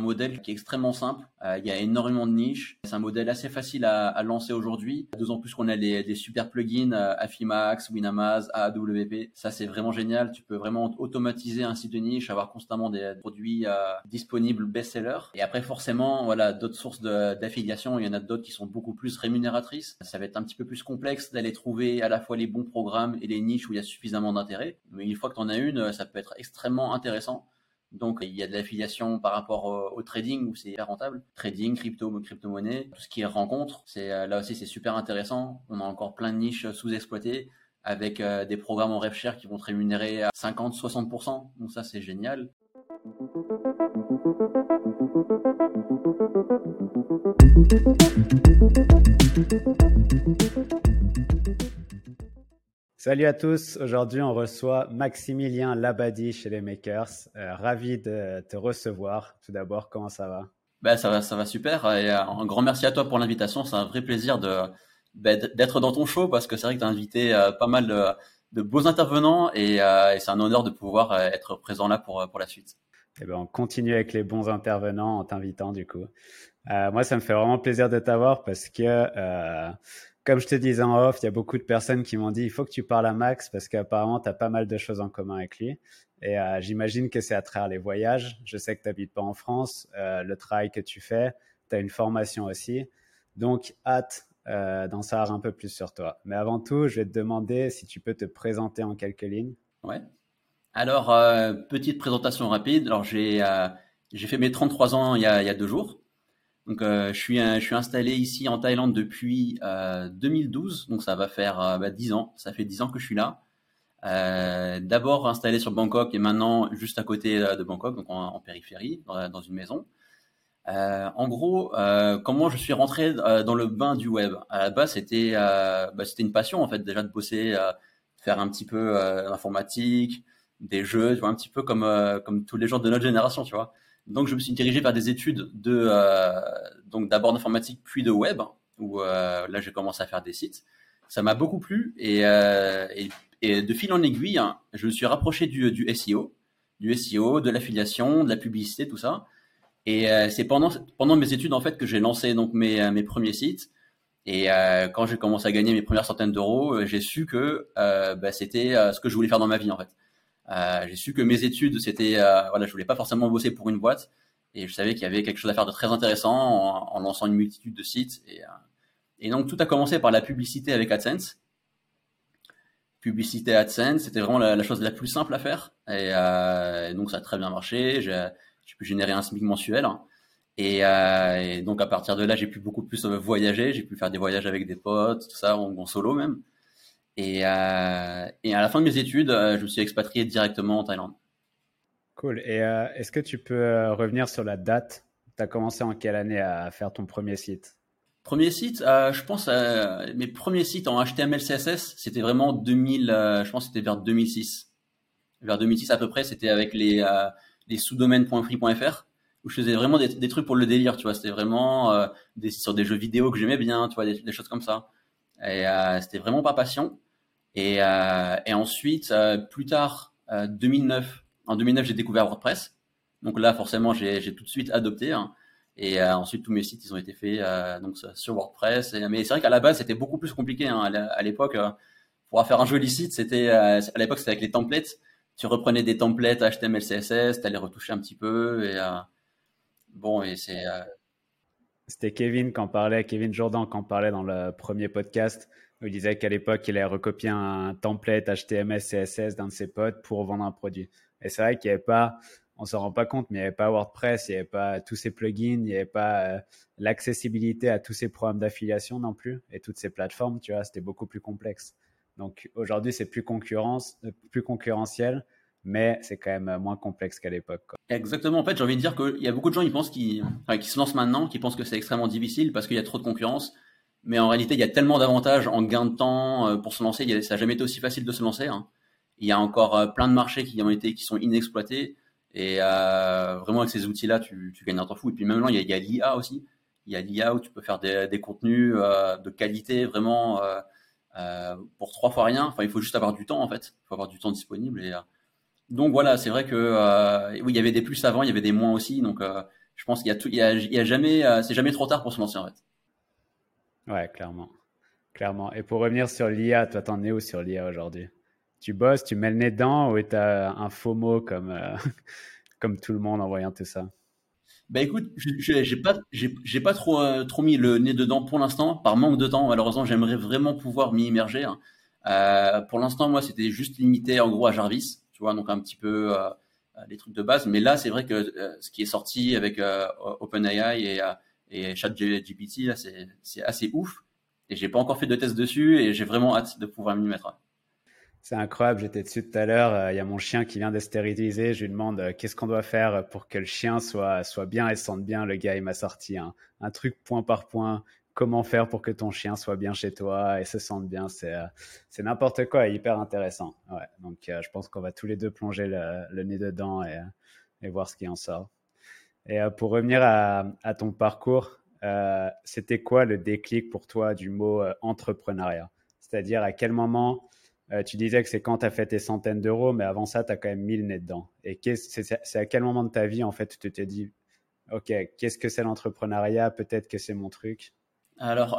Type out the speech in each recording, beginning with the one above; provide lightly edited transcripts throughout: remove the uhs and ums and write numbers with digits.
modèle qui est extrêmement simple. Il y a énormément de niches. C'est un modèle assez facile à lancer aujourd'hui. D'autant plus qu'on a des super plugins Affimax, Winamaz, AWP. Ça, c'est vraiment génial. Tu peux vraiment automatiser un site de niche, avoir constamment des produits disponibles best-sellers. Et après, forcément, voilà, d'autres sources d'affiliation. Il y en a d'autres qui sont beaucoup plus rémunératrices. Ça va être un petit peu plus complexe d'aller trouver à la fois les bons programmes et les niches où il y a suffisamment d'intérêt. Mais une fois que tu en as une, ça peut être extrêmement intéressant. Donc, il y a de l'affiliation par rapport au trading où c'est hyper rentable. Trading, crypto-monnaie, tout ce qui est rencontre, là aussi, c'est super intéressant. On a encore plein de niches sous-exploitées avec des programmes en rev share qui vont te rémunérer à 50-60%. Donc ça, c'est génial. Salut à tous, aujourd'hui on reçoit Maximilien Labadie chez les Makers. Ravi de te recevoir. Tout d'abord, comment ça va? Ça va super. Et un grand merci à toi pour l'invitation. C'est un vrai plaisir d'être dans ton show parce que c'est vrai que tu as invité pas mal de beaux intervenants et c'est un honneur de pouvoir être présent là pour la suite. Eh ben, on continue avec les bons intervenants en t'invitant du coup. Moi, ça me fait vraiment plaisir de t'avoir parce que, comme je te disais en off, il y a beaucoup de personnes qui m'ont dit il faut que tu parles à Max parce qu'apparemment, tu as pas mal de choses en commun avec lui. Et j'imagine que c'est à travers les voyages. Je sais que tu n'habites pas en France, le travail que tu fais, tu as une formation aussi. Donc, hâte d'en savoir un peu plus sur toi. Mais avant tout, je vais te demander si tu peux te présenter en quelques lignes. Ouais. Alors, petite présentation rapide. Alors, j'ai fait mes 33 ans il y a 2 jours. Donc, je suis installé ici en Thaïlande depuis 2012. Donc, ça va faire 10 ans. Ça fait 10 ans que je suis là. D'abord installé sur Bangkok et maintenant juste à côté de Bangkok, donc en périphérie, dans une maison. En gros, comment je suis rentré dans le bain du web? À la base, c'était une passion en fait déjà de bosser, faire un petit peu d'informatique, des jeux, tu vois, un petit peu comme tous les gens de notre génération, tu vois. Donc, je me suis dirigé vers des études donc d'abord d'informatique puis de web, où là j'ai commencé à faire des sites. Ça m'a beaucoup plu et de fil en aiguille, hein, je me suis rapproché du SEO, de l'affiliation, de la publicité, tout ça. Et c'est pendant mes études en fait que j'ai lancé donc mes premiers sites. Et quand j'ai commencé à gagner mes premières centaines d'euros, j'ai su que c'était ce que je voulais faire dans ma vie en fait. J'ai su que mes études c'était voilà, je voulais pas forcément bosser pour une boîte et je savais qu'il y avait quelque chose à faire de très intéressant en lançant une multitude de sites et donc tout a commencé par la publicité avec AdSense. Publicité AdSense, c'était vraiment la chose la plus simple à faire et donc ça a très bien marché. J'ai pu générer un SMIC mensuel. Et donc à partir de là, j'ai pu beaucoup plus voyager, j'ai pu faire des voyages avec des potes, tout ça, en solo même. Et à la fin de mes études, je me suis expatrié directement en Thaïlande. Cool. Et est-ce que tu peux revenir sur la date? Tu as commencé en quelle année à faire ton premier site? Premier site, je pense mes premiers sites en HTML, CSS, c'était vraiment 2000, je pense que c'était vers 2006. Vers 2006 à peu près, c'était avec les sous-domaines.free.fr où je faisais vraiment des trucs pour le délire, tu vois. C'était vraiment sur des jeux vidéo que j'aimais bien, tu vois, des choses comme ça. Et c'était vraiment pas passion. Et ensuite, plus tard, 2009, en 2009, j'ai découvert WordPress. Donc là, forcément, j'ai tout de suite adopté. Hein. Et ensuite, tous mes sites, ils ont été faits donc sur WordPress. Mais c'est vrai qu'à la base, c'était beaucoup plus compliqué. Hein. À l'époque, pour faire un joli site, à l'époque, c'était avec les templates. Tu reprenais des templates HTML, CSS, tu allais retoucher un petit peu. Et C'était Kevin Jourdan qui en parlait dans le premier podcast. Où il disait qu'à l'époque, il avait recopié un template HTML, CSS d'un de ses potes pour vendre un produit. Et c'est vrai qu'il n'y avait pas, on s'en rend pas compte, mais il n'y avait pas WordPress, il n'y avait pas tous ces plugins, il n'y avait pas l'accessibilité à tous ces programmes d'affiliation non plus et toutes ces plateformes, tu vois, c'était beaucoup plus complexe. Donc aujourd'hui, c'est plus concurrentiel, mais c'est quand même moins complexe qu'à l'époque, quoi. Exactement. En fait, j'ai envie de dire qu'il y a beaucoup de gens qui se lancent maintenant, qui pensent que c'est extrêmement difficile parce qu'il y a trop de concurrence. Mais en réalité, il y a tellement d'avantages en gain de temps pour se lancer. Ça n'a jamais été aussi facile de se lancer. Hein. Il y a encore plein de marchés qui sont inexploités. Et vraiment, avec ces outils-là, tu gagnes un temps fou. Et puis même là, il y a l'IA aussi. Il y a l'IA où tu peux faire des contenus de qualité vraiment pour 3 fois rien. Enfin, il faut juste avoir du temps en fait. Il faut avoir du temps disponible. Donc voilà, c'est vrai que oui, il y avait des plus avant, il y avait des moins aussi. Donc Je pense qu'il y a jamais, c'est jamais trop tard pour se lancer en fait. Ouais, clairement. Clairement. Et pour revenir sur l'IA, toi, t'en es où sur l'IA aujourd'hui? Tu bosses, tu mets le nez dedans ou t'as un FOMO comme, comme tout le monde en voyant tout ça? Bah écoute, j'ai pas trop, trop mis le nez dedans pour l'instant, par manque de temps. Malheureusement, j'aimerais vraiment pouvoir m'y immerger, hein. Pour l'instant, moi, c'était juste limité en gros à Jarvis, tu vois, donc un petit peu les trucs de base. Mais là, c'est vrai que ce qui est sorti avec OpenAI et ChatGPT, là, c'est assez ouf. Et j'ai pas encore fait de test dessus et j'ai vraiment hâte de pouvoir m'y mettre. C'est incroyable, j'étais dessus tout à l'heure. Il y a mon chien qui vient de stériliser. Je lui demande qu'est-ce qu'on doit faire pour que le chien soit bien et se sente bien. Le gars, il m'a sorti un truc point par point. Comment faire pour que ton chien soit bien chez toi et se sente bien. C'est n'importe quoi, hyper intéressant. Ouais, donc, je pense qu'on va tous les deux plonger le nez dedans et voir ce qui en sort. Et pour revenir à ton parcours, c'était quoi le déclic pour toi du mot entrepreneuriat? C'est-à-dire à quel moment tu disais que c'est quand tu as fait tes centaines d'euros, mais avant ça, tu as quand même mis le nez dedans. Et c'est à quel moment de ta vie, en fait, tu t'es dit, OK, qu'est-ce que c'est l'entrepreneuriat? Peut-être que c'est mon truc. Alors,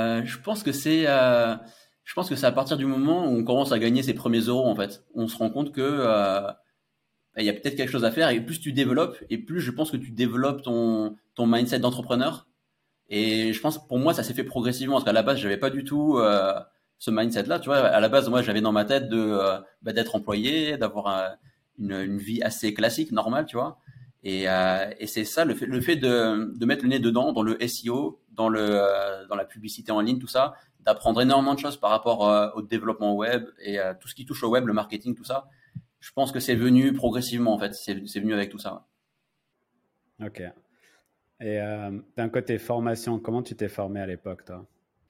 je pense que c'est à partir du moment où on commence à gagner ses premiers euros en fait. On se rend compte que il y a peut-être quelque chose à faire et plus tu développes et plus je pense que tu développes ton mindset d'entrepreneur. Et je pense pour moi ça s'est fait progressivement parce qu'à la base j'avais pas du tout ce mindset-là. Tu vois, à la base moi j'avais dans ma tête d'être employé, d'avoir une vie assez classique, normale, tu vois. Et c'est ça le fait de mettre le nez dedans dans le SEO, dans la publicité en ligne, tout ça, d'apprendre énormément de choses par rapport au développement web et tout ce qui touche au web, le marketing, tout ça. Je pense que c'est venu progressivement en fait. C'est venu avec tout ça. OK. Et d'un côté formation, comment tu t'es formé à l'époque, toi?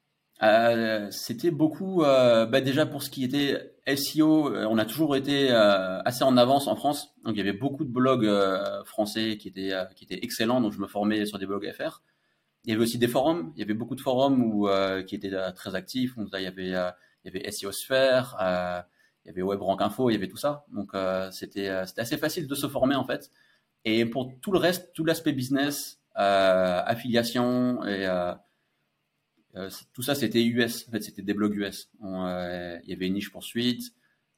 C'était beaucoup, déjà pour ce qui était SEO, on a toujours été assez en avance en France. Donc il y avait beaucoup de blogs français qui étaient excellents. Donc je me formais sur des blogs FR. Il y avait aussi des forums. Il y avait beaucoup de forums qui étaient très actifs. Donc là, il y avait SEO Sphere, il y avait WebRank Info, il y avait tout ça. Donc c'était assez facile de se former en fait. Et pour tout le reste, tout l'aspect business, affiliation et tout ça, c'était US. En fait, c'était des blogs US. Il y avait Niche Poursuite.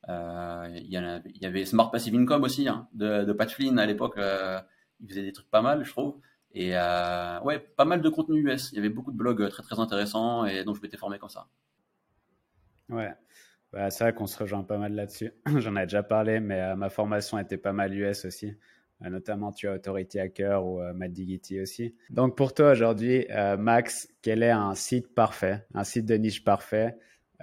Il y avait Smart Passive Income aussi, hein, de Pat Flynn à l'époque. Il faisait des trucs pas mal, je trouve. Et ouais, pas mal de contenu US. Il y avait beaucoup de blogs très très intéressants et donc je m'étais formé comme ça. Ouais. Bah, c'est vrai qu'on se rejoint pas mal là-dessus. J'en ai déjà parlé, mais ma formation était pas mal US aussi. Notamment, tu as Authority Hacker ou Matt Diggity aussi. Donc, pour toi aujourd'hui, Max, quel est un site parfait, un site de niche parfait,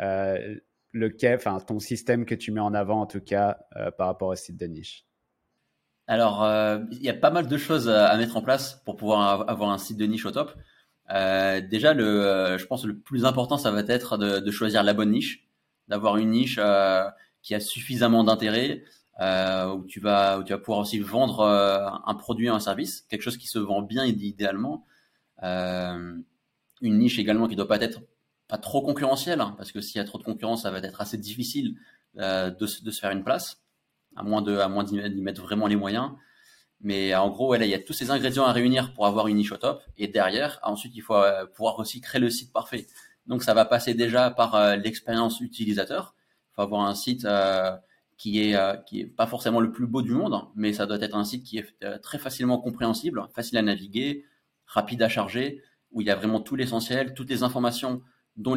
enfin, ton système que tu mets en avant en tout cas par rapport au site de niche? Alors, il y a pas mal de choses à mettre en place pour pouvoir avoir un site de niche au top. Déjà, je pense que le plus important, ça va être de choisir la bonne niche, d'avoir une niche qui a suffisamment d'intérêt, où tu vas pouvoir aussi vendre un produit ou un service, quelque chose qui se vend bien idéalement. Euh, une niche également qui doit pas trop concurrentielle, hein, parce que s'il y a trop de concurrence, ça va être assez difficile de se faire une place, à moins d'y mettre vraiment les moyens. Mais en gros, voilà, il y a tous ces ingrédients à réunir pour avoir une niche au top. Et derrière, ensuite, il faut pouvoir aussi créer le site parfait. Donc, ça va passer déjà par l'expérience utilisateur. Il faut avoir un site qui est pas forcément le plus beau du monde, mais ça doit être un site qui est très facilement compréhensible, facile à naviguer, rapide à charger, où il y a vraiment tout l'essentiel, toutes les informations dont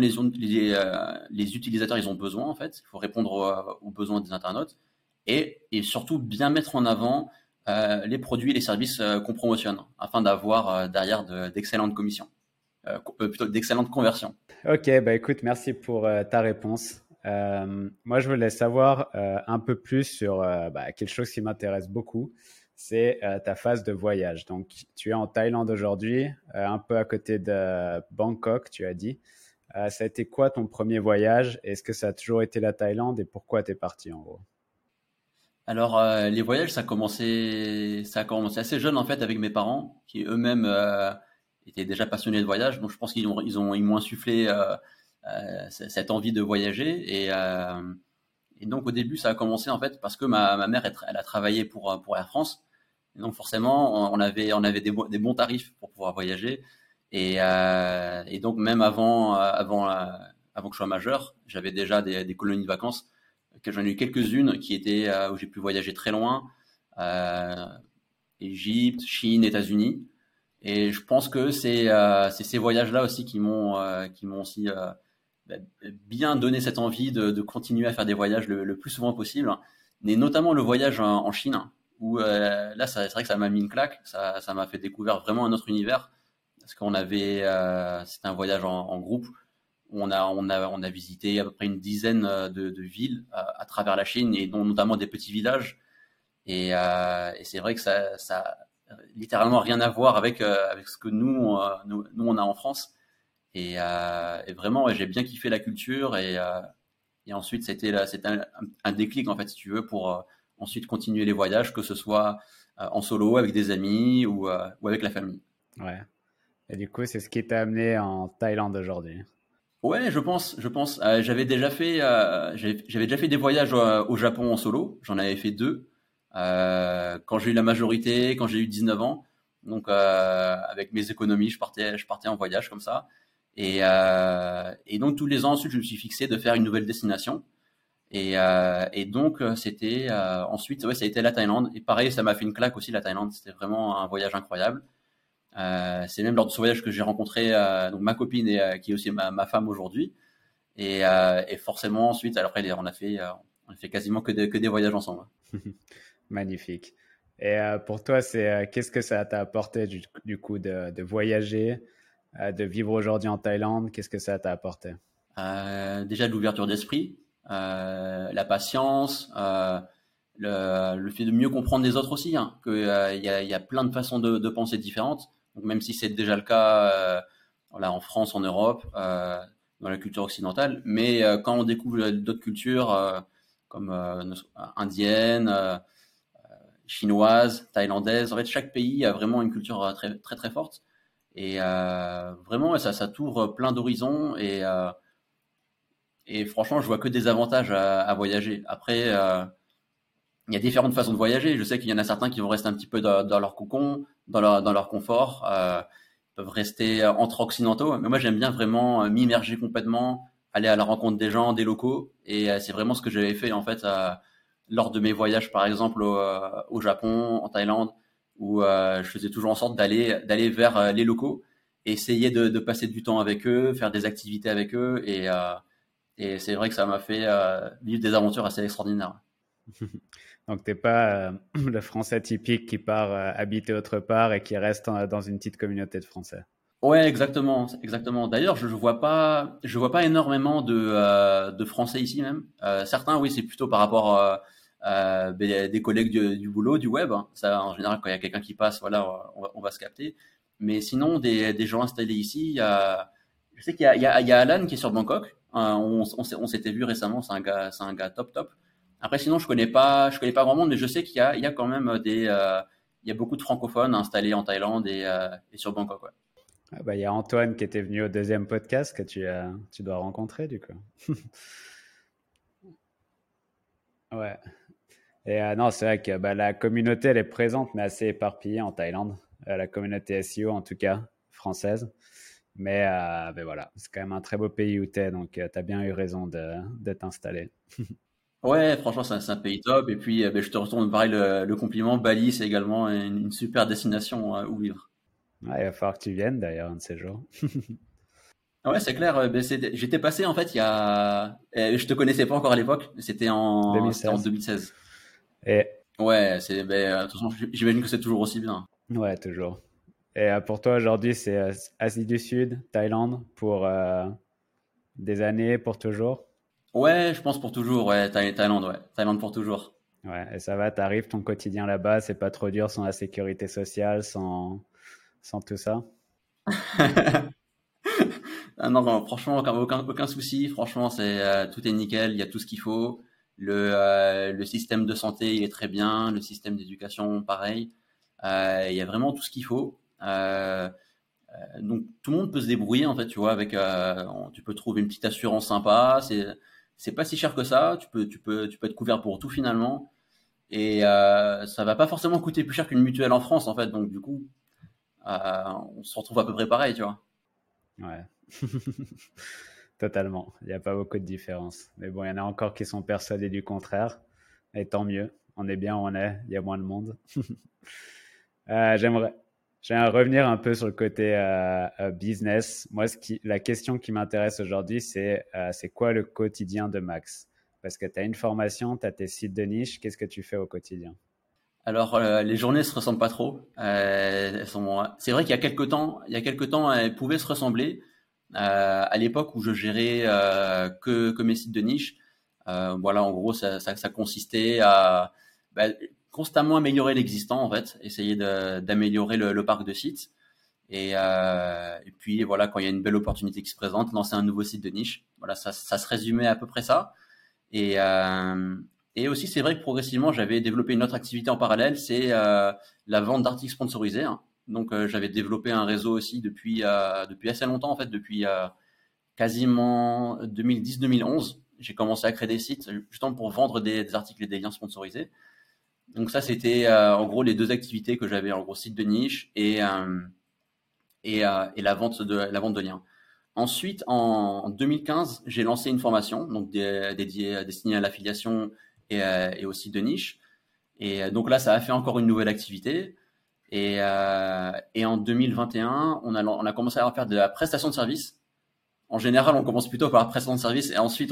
les utilisateurs ils ont besoin en fait. Il faut répondre aux besoins des internautes et surtout bien mettre en avant les produits et les services qu'on promotionne afin d'avoir derrière d'excellentes commissions, plutôt d'excellentes conversions. Ok, bah écoute, merci pour ta réponse. Moi, je voulais savoir un peu plus sur quelque chose qui m'intéresse beaucoup, c'est ta phase de voyage. Donc, tu es en Thaïlande aujourd'hui, un peu à côté de Bangkok, tu as dit. Ça a été quoi ton premier voyage? Est-ce que ça a toujours été la Thaïlande et pourquoi tu es parti en gros? Alors les voyages, ça a commencé assez jeune en fait avec mes parents qui eux-mêmes étaient déjà passionnés de voyage, donc je pense ils m'ont insufflé cette envie de voyager et donc au début ça a commencé en fait parce que ma mère elle a travaillé pour Air France Et donc forcément, on avait des bons tarifs pour pouvoir voyager. Et donc même avant que je sois majeur, j'avais déjà des colonies de vacances, que j'en ai eu quelques-unes qui étaient où j'ai pu voyager très loin, euh, Égypte, Chine, États-Unis. Et je pense que c'est ces voyages-là aussi qui m'ont aussi bah, bien donné cette envie de continuer à faire des voyages le plus souvent possible. Mais notamment le voyage en Chine, où là, c'est vrai que ça m'a mis une claque, ça m'a fait découvrir vraiment un autre univers, parce c'était un voyage en groupe, où on a visité à peu près une dizaine de villes à travers la Chine, et dont notamment des petits villages. Et c'est vrai que ça a littéralement rien à voir avec ce que nous on a en France. Et vraiment, ouais, j'ai bien kiffé la culture. Et ensuite, c'était un déclic, en fait, si tu veux, pour ensuite continuer les voyages, que ce soit en solo, avec des amis ou avec la famille. Ouais. Et du coup, c'est ce qui t'a amené en Thaïlande aujourd'hui. Ouais, je pense, je pense. J'avais déjà fait des voyages au Japon en solo. J'en avais fait deux. Quand j'ai eu la majorité, quand j'ai eu 19 ans. Donc, avec mes économies, je partais en voyage comme ça. Et donc, tous les ans, ensuite, je me suis fixé de faire une nouvelle destination. Et donc, c'était ensuite, ouais, ça a été la Thaïlande. Et pareil, ça m'a fait une claque aussi, la Thaïlande. C'était vraiment un voyage incroyable. C'est même lors de ce voyage que j'ai rencontré donc ma copine qui est aussi ma femme aujourd'hui. Et forcément, ensuite, alors après, on a fait quasiment que des voyages ensemble. Magnifique. Et pour toi, qu'est-ce que ça t'a apporté du coup de voyager, de vivre aujourd'hui en Thaïlande? Qu'est-ce que ça t'a apporté? Déjà de l'ouverture d'esprit, la patience, le fait de mieux comprendre les autres aussi, hein, qu'il y a plein de façons de penser différentes. Donc même si c'est déjà le cas voilà, en France, en Europe, dans la culture occidentale, mais quand on découvre d'autres cultures comme indiennes, chinoises, thaïlandaises, en fait chaque pays a vraiment une culture très très très forte. Et vraiment, ça t'ouvre plein d'horizons. Et franchement, je vois que des avantages à voyager. Après, il y a différentes façons de voyager. Je sais qu'il y en a certains qui vont rester un petit peu dans leur cocon, dans leur confort, peuvent rester entre occidentaux. Mais moi, j'aime bien vraiment m'immerger complètement, aller à la rencontre des gens, des locaux. Et c'est vraiment ce que j'avais fait en fait lors de mes voyages, par exemple au Japon, en Thaïlande, où je faisais toujours en sorte d'aller vers les locaux, et essayer de passer du temps avec eux, faire des activités avec eux. Et c'est vrai que ça m'a fait vivre des aventures assez extraordinaires. Donc, t'es pas le Français typique qui part habiter autre part et qui reste dans une petite communauté de Français. Ouais, exactement, exactement. D'ailleurs, je vois pas énormément de Français ici même. Certains, oui, c'est plutôt par rapport des collègues du boulot, du web, hein. Ça, en général, quand il y a quelqu'un qui passe, voilà, on va se capter. Mais sinon, des gens installés ici, je sais qu'il y a Alan qui est sur Bangkok. On s'était vu récemment. C'est un gars top top. Après, sinon, je connais pas grand monde, mais je sais qu'il y a quand même il y a beaucoup de francophones installés en Thaïlande et sur Bangkok, ouais. Ah bah, il y a Antoine qui était venu au deuxième podcast que tu dois rencontrer du coup. Ouais. Et non, c'est vrai que bah, la communauté, elle est présente, mais assez éparpillée en Thaïlande. La communauté SEO, en tout cas, française. Mais voilà, c'est quand même un très beau pays où tu es, donc tu as bien eu raison de t'installer. Ouais, franchement, c'est un pays top. Et puis, ben, je te retourne pareil le compliment. Bali, c'est également une super destination où vivre. Ouais, il va falloir que tu viennes d'ailleurs un de ces jours. Ouais, c'est clair. Ben, j'étais passé en fait je te connaissais pas encore à l'époque. C'était en 2016. 2016. Et Ouais, de toute façon, j'imagine que c'est toujours aussi bien. ouais, toujours. Et pour toi aujourd'hui, c'est Asie du Sud, Thaïlande, pour des années, pour toujours? Ouais, je pense pour toujours. Ouais, Thaïlande, ouais, Thaïlande pour toujours. Ouais, et ça va, t'arrives ton quotidien là-bas, c'est pas trop dur sans la sécurité sociale, sans tout ça? Ah non, non, franchement, aucun souci. Franchement, tout est nickel. Il y a tout ce qu'il faut. Le système de santé, il est très bien. Le système d'éducation, pareil. Il y a vraiment tout ce qu'il faut. Donc tout le monde peut se débrouiller en fait, tu vois. Tu peux trouver une petite assurance sympa. C'est pas si cher que ça. Tu peux être couvert pour tout finalement. Et ça va pas forcément coûter plus cher qu'une mutuelle en France, en fait. Donc, du coup, on se retrouve à peu près pareil, tu vois. Ouais. Totalement. Il n'y a pas beaucoup de différence. Mais bon, il y en a encore qui sont persuadés du contraire. Et tant mieux. On est bien où on est. Il y a moins de monde. J'aimerais revenir un peu sur le côté business. Moi, la question qui m'intéresse aujourd'hui, c'est quoi le quotidien de Max? Parce que tu as une formation, tu as tes sites de niche. Qu'est-ce que tu fais au quotidien? Alors, les journées se ressemblent pas trop. C'est vrai qu'il y a quelques temps, elles pouvaient se ressembler. À l'époque où je gérais que mes sites de niche, voilà, en gros, ça consistait à bah, constamment améliorer l'existant, en fait, essayer d'améliorer le parc de sites. Et puis voilà, quand il y a une belle opportunité qui se présente, lancer un nouveau site de niche. Voilà, ça se résumait à peu près ça. Et, euh, et aussi, c'est vrai que progressivement, j'avais développé une autre activité en parallèle, c'est la vente d'articles sponsorisés, hein. Donc, j'avais développé un réseau aussi depuis assez longtemps, en fait, depuis quasiment 2010-2011. J'ai commencé à créer des sites justement pour vendre des articles et des liens sponsorisés. Donc ça, c'était en gros les deux activités que j'avais, en gros, site de niche et la vente de liens. Ensuite, en 2015, j'ai lancé une formation donc destinée à l'affiliation et au site de niche. Et donc là, ça a fait encore une nouvelle activité. Et en 2021, on a commencé à faire de la prestation de service. En général, on commence plutôt par la prestation de service et ensuite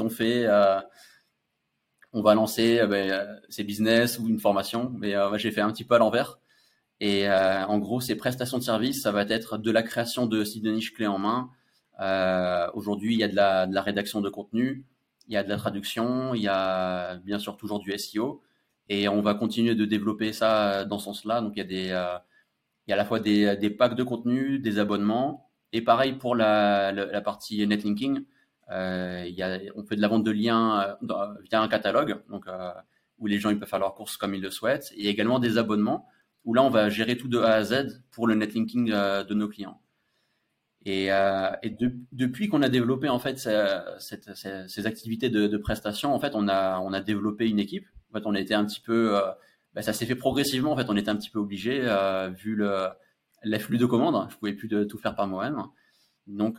on va lancer ses business ou une formation. Mais j'ai fait un petit peu à l'envers. Et en gros, ces prestations de service, ça va être de la création de sites de niche clés en main. Aujourd'hui, il y a de la rédaction de contenu, il y a de la traduction, il y a bien sûr toujours du SEO. Et on va continuer de développer ça dans ce sens-là. Donc, il y a à la fois des packs de contenu, des abonnements. Et pareil pour la partie netlinking. On fait de la vente de liens via un catalogue, donc, où les gens ils peuvent faire leurs courses comme ils le souhaitent. Et également des abonnements où là, on va gérer tout de A à Z pour le netlinking de nos clients. Depuis qu'on a développé en fait ces activités de prestation, en fait, on a développé une équipe. En fait, on a été un petit peu, ça s'est fait progressivement. En fait, on était un petit peu obligé vu l'afflux de commandes. Je pouvais plus tout faire par moi-même. Donc,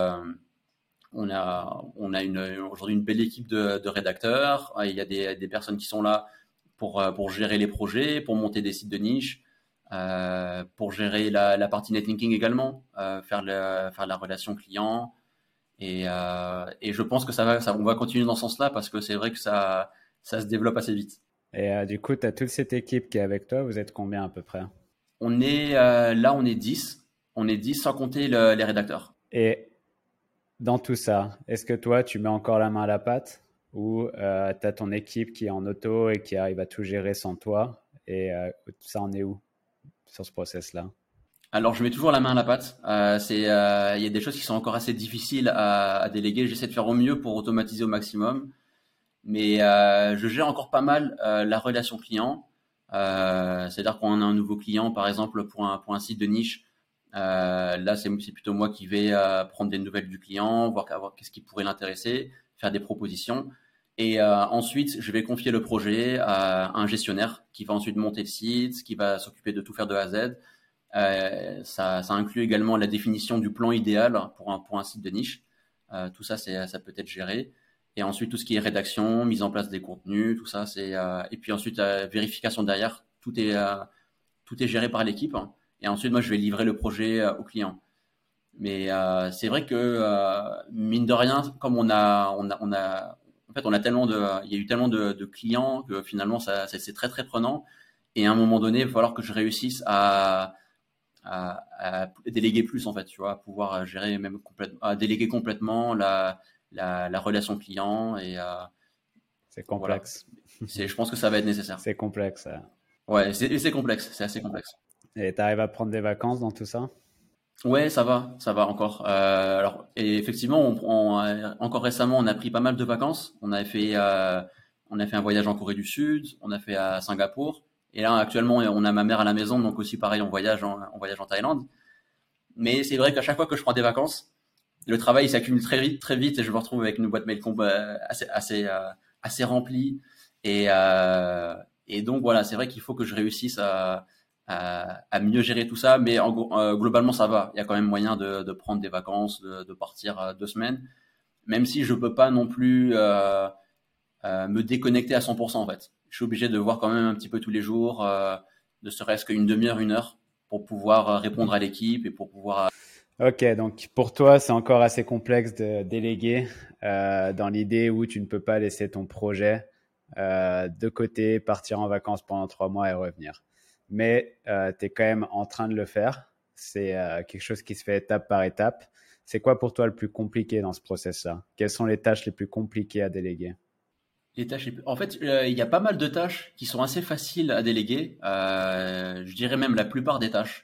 on a aujourd'hui une belle équipe de rédacteurs. Il y a des personnes qui sont là pour gérer les projets, pour monter des sites de niche, pour gérer la partie netlinking également, faire la relation client. Et je pense que on va continuer dans ce sens-là parce que c'est vrai que ça se développe assez vite. Et du coup, tu as toute cette équipe qui est avec toi. Vous êtes combien à peu près? On est 10. On est 10 sans compter les rédacteurs. Et dans tout ça, est-ce que toi, tu mets encore la main à la pâte ou tu as ton équipe qui est en auto et qui arrive à tout gérer sans toi? Et ça en est où sur ce process-là? Alors, je mets toujours la main à la pâte. Il y a des choses qui sont encore assez difficiles à déléguer. J'essaie de faire au mieux pour automatiser au maximum. Mais je gère encore pas mal la relation client. C'est-à-dire qu'on a un nouveau client, par exemple, pour un site de niche. Là, c'est plutôt moi qui vais prendre des nouvelles du client, voir qu'est-ce qui pourrait l'intéresser, faire des propositions. Et ensuite, je vais confier le projet à un gestionnaire qui va ensuite monter le site, qui va s'occuper de tout faire de A à Z. Ça inclut également la définition du plan idéal pour un site de niche. Tout ça, ça peut être géré. Et ensuite, tout ce qui est rédaction, mise en place des contenus, tout ça, et puis ensuite, vérification derrière. Tout est géré par l'équipe. Et ensuite, moi, je vais livrer le projet au client. Mais c'est vrai que mine de rien, comme en fait, il y a eu tellement de clients que finalement, c'est très très prenant. Et à un moment donné, il va falloir que je réussisse à déléguer plus en fait, tu vois, à pouvoir gérer même complètement, à déléguer complètement la relation client c'est complexe. Voilà. Je pense que ça va être nécessaire. C'est complexe. Ouais, c'est complexe, c'est assez complexe. Et tu arrives à prendre des vacances dans tout ça? Ouais, ça va encore. Alors, et effectivement, encore récemment, on a pris pas mal de vacances. On a fait un voyage en Corée du Sud, on a fait à Singapour. Et là, actuellement, on a ma mère à la maison, donc aussi pareil, on voyage en Thaïlande. Mais c'est vrai qu'à chaque fois que je prends des vacances, le travail s'accumule très vite, et je me retrouve avec une boîte mail assez remplie. Et Et donc voilà, c'est vrai qu'il faut que je réussisse à mieux gérer tout ça, mais globalement ça va. Il y a quand même moyen de prendre des vacances, de partir 2 semaines, même si je peux pas non plus me déconnecter à 100% en fait. Je suis obligé de voir quand même un petit peu tous les jours, ne serait-ce qu'une demi-heure, 1 heure, pour pouvoir répondre à l'équipe et pour pouvoir. Ok, donc pour toi, c'est encore assez complexe de déléguer dans l'idée où tu ne peux pas laisser ton projet de côté, partir en vacances pendant 3 mois et revenir. Mais tu es quand même en train de le faire. C'est quelque chose qui se fait étape par étape. C'est quoi pour toi le plus compliqué dans ce process-là? Quelles sont les tâches les plus compliquées à déléguer? Les tâches. En fait, il y a pas mal de tâches qui sont assez faciles à déléguer. Je dirais même la plupart des tâches.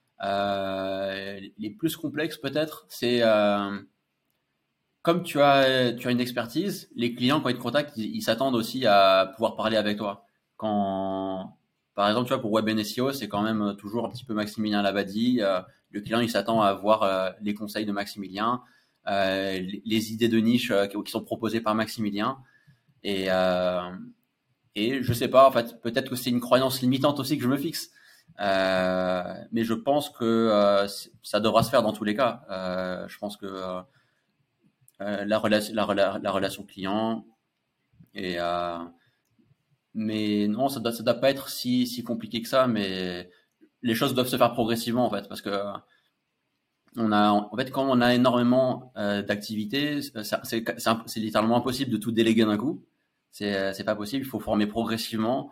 Les plus complexes peut-être, c'est comme tu as une expertise, les clients quand ils te contactent, ils s'attendent aussi à pouvoir parler avec toi. Quand, par exemple, tu vois, pour Web and SEO, c'est quand même toujours un petit peu Maximilien Labadie. Le client, il s'attend à avoir les conseils de Maximilien, les idées de niche qui sont proposées par Maximilien. Et, euh, et je sais pas, en fait, peut-être que c'est une croyance limitante aussi que je me fixe. Mais je pense que ça devra se faire dans tous les cas. Je pense que la relation client et mais non, ça doit pas être si compliqué que ça. Mais les choses doivent se faire progressivement en fait, parce que en fait quand on a énormément d'activités, c'est littéralement impossible de tout déléguer d'un coup. C'est pas possible. Il faut former progressivement.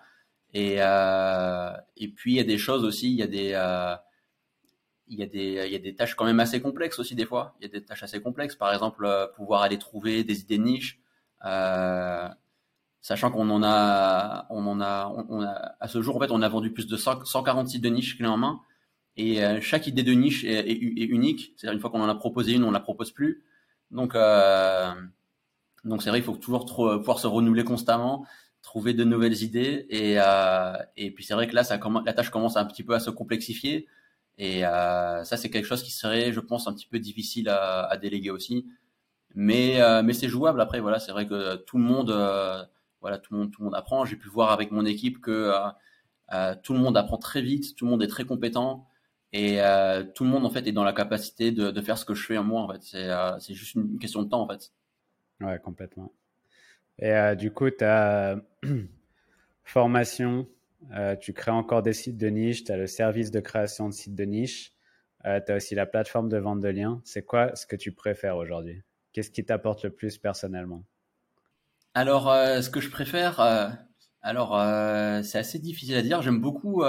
Et puis il y a des choses aussi, il y a des tâches quand même assez complexes aussi des fois. Il y a des tâches assez complexes, par exemple pouvoir aller trouver des idées de niche, euh, sachant qu'on en a à ce jour en fait on a vendu plus de 140 sites de niche clés en main et chaque idée de niche est unique. C'est-à-dire une fois qu'on en a proposé une, on la propose plus. Donc donc c'est vrai, il faut toujours pouvoir se renouveler constamment, trouver de nouvelles idées et puis c'est vrai que là la tâche commence un petit peu à se complexifier et ça c'est quelque chose qui serait, je pense, un petit peu difficile à déléguer aussi. Mais c'est jouable après. Voilà, c'est vrai que tout le monde, voilà, tout le monde apprend. J'ai pu voir avec mon équipe que tout le monde apprend très vite, tout le monde est très compétent et tout le monde en fait est dans la capacité de faire ce que je fais moi en fait. C'est juste une question de temps en fait. Ouais, complètement. Et du coup, tu as formation, tu crées encore des sites de niche, tu as le service de création de sites de niche, tu as aussi la plateforme de vente de liens. C'est quoi ce que tu préfères aujourd'hui? Qu'est-ce qui t'apporte le plus personnellement? Alors, ce que je préfère, c'est assez difficile à dire. J'aime beaucoup,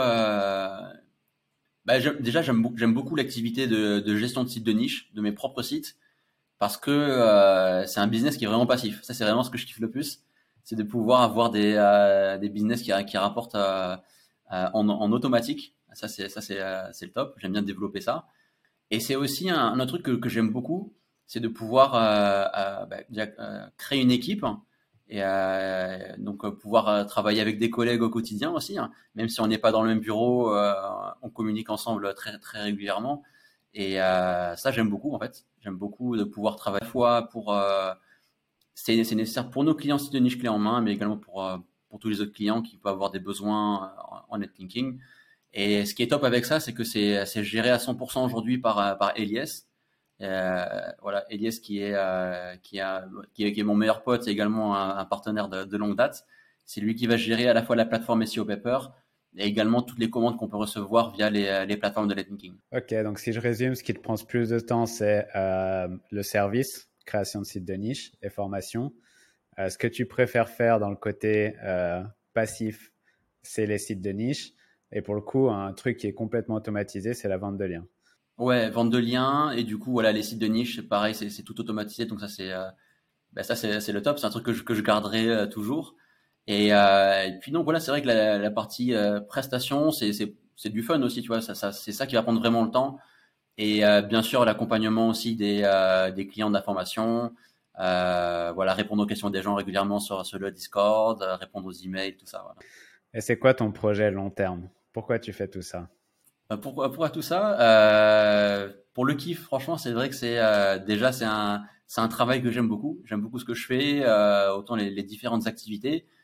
déjà j'aime beaucoup l'activité de gestion de sites de niche, de mes propres sites, parce que c'est un business qui est vraiment passif. Ça, c'est vraiment ce que je kiffe le plus, c'est de pouvoir avoir des business qui rapportent en automatique. Ça c'est le top. J'aime bien développer ça. Et c'est aussi un autre truc que j'aime beaucoup, c'est de pouvoir déjà, créer une équipe et donc pouvoir travailler avec des collègues au quotidien aussi, hein. Même si on n'est pas dans le même bureau, on communique ensemble très très régulièrement. Et ça j'aime beaucoup en fait. J'aime beaucoup de pouvoir travailler à la fois pour c'est nécessaire pour nos clients sites de niche clé en main, mais également pour tous les autres clients qui peuvent avoir des besoins en netlinking. Et ce qui est top avec ça, c'est que c'est géré à 100% aujourd'hui par Elias. Voilà, Elias qui est mon meilleur pote, c'est également un partenaire de longue date. C'est lui qui va gérer à la fois la plateforme SEO Paper et également toutes les commandes qu'on peut recevoir via les plateformes de netlinking. Ok, donc si je résume, ce qui te prend plus de temps, c'est le service, création de sites de niche et formation. Ce que tu préfères faire dans le côté passif, c'est les sites de niche. Et pour le coup, un truc qui est complètement automatisé, c'est la vente de liens. Ouais, vente de liens et du coup voilà les sites de niche, pareil, c'est tout automatisé, donc ça c'est le top, c'est un truc que je garderai toujours. Et puis donc voilà, c'est vrai que la partie prestation, c'est du fun aussi, tu vois, c'est ça qui va prendre vraiment le temps. Et bien sûr l'accompagnement aussi des clients d'information, voilà, répondre aux questions des gens régulièrement sur le Discord, répondre aux emails, tout ça. Voilà. Et c'est quoi ton projet long terme? Pourquoi tu fais tout ça? Pourquoi tout ça? Pour le kiff, franchement, c'est vrai que déjà c'est un travail que j'aime beaucoup. J'aime beaucoup ce que je fais, autant les différentes activités.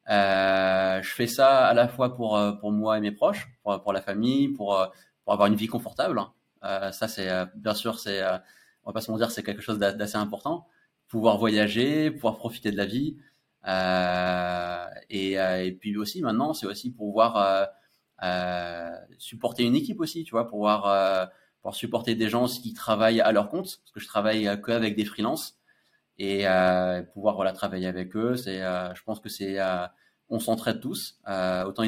Je fais ça à la fois pour moi et mes proches, pour la famille, pour avoir une vie confortable. Ça, c'est bien sûr, on va pas se mentir, c'est quelque chose d'assez important. Pouvoir voyager, pouvoir profiter de la vie. Et puis aussi, maintenant, c'est aussi pouvoir supporter une équipe aussi, tu vois, pouvoir supporter des gens qui travaillent à leur compte, parce que je travaille que avec des freelances et pouvoir voilà travailler avec eux, je pense que on s'entraide tous. Autant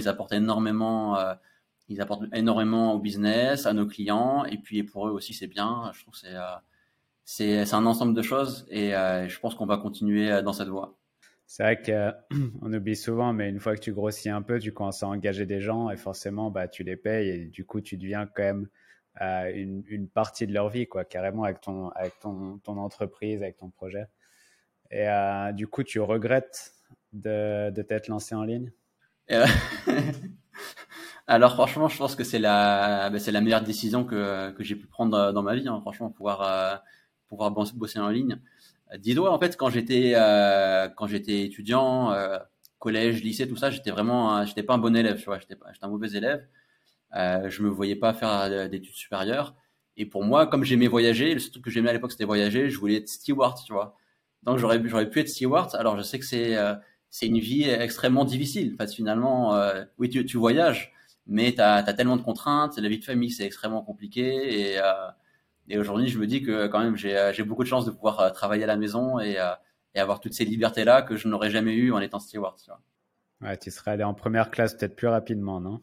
ils apportent énormément au business, à nos clients, et puis pour eux aussi c'est bien. Je trouve que c'est un ensemble de choses et je pense qu'on va continuer dans cette voie. C'est vrai qu'on oublie souvent, mais une fois que tu grossis un peu, tu commences à engager des gens et forcément, bah, tu les payes et du coup, tu deviens quand même une partie de leur vie, quoi, carrément avec ton entreprise, avec ton projet. Et du coup, tu regrettes de t'être lancé en ligne? Euh, Alors franchement, je pense que c'est la meilleure décision que j'ai pu prendre dans ma vie, hein, franchement, pouvoir bosser en ligne. Dis-toi, en fait, quand j'étais étudiant, collège, lycée, tout ça, j'étais pas un bon élève, tu vois, j'étais un mauvais élève. Je me voyais pas faire d'études supérieures. Et pour moi, comme j'aimais voyager, le seul truc que j'aimais à l'époque, c'était voyager, je voulais être steward, tu vois. Donc j'aurais pu être steward. Alors je sais que c'est une vie extrêmement difficile. En fait, finalement, oui, tu voyages, mais t'as tellement de contraintes. La vie de famille, c'est extrêmement compliqué. Et aujourd'hui, je me dis que quand même, j'ai beaucoup de chance de pouvoir travailler à la maison et avoir toutes ces libertés-là que je n'aurais jamais eu en étant steward, tu vois. Ouais, tu serais allé en première classe peut-être plus rapidement, non?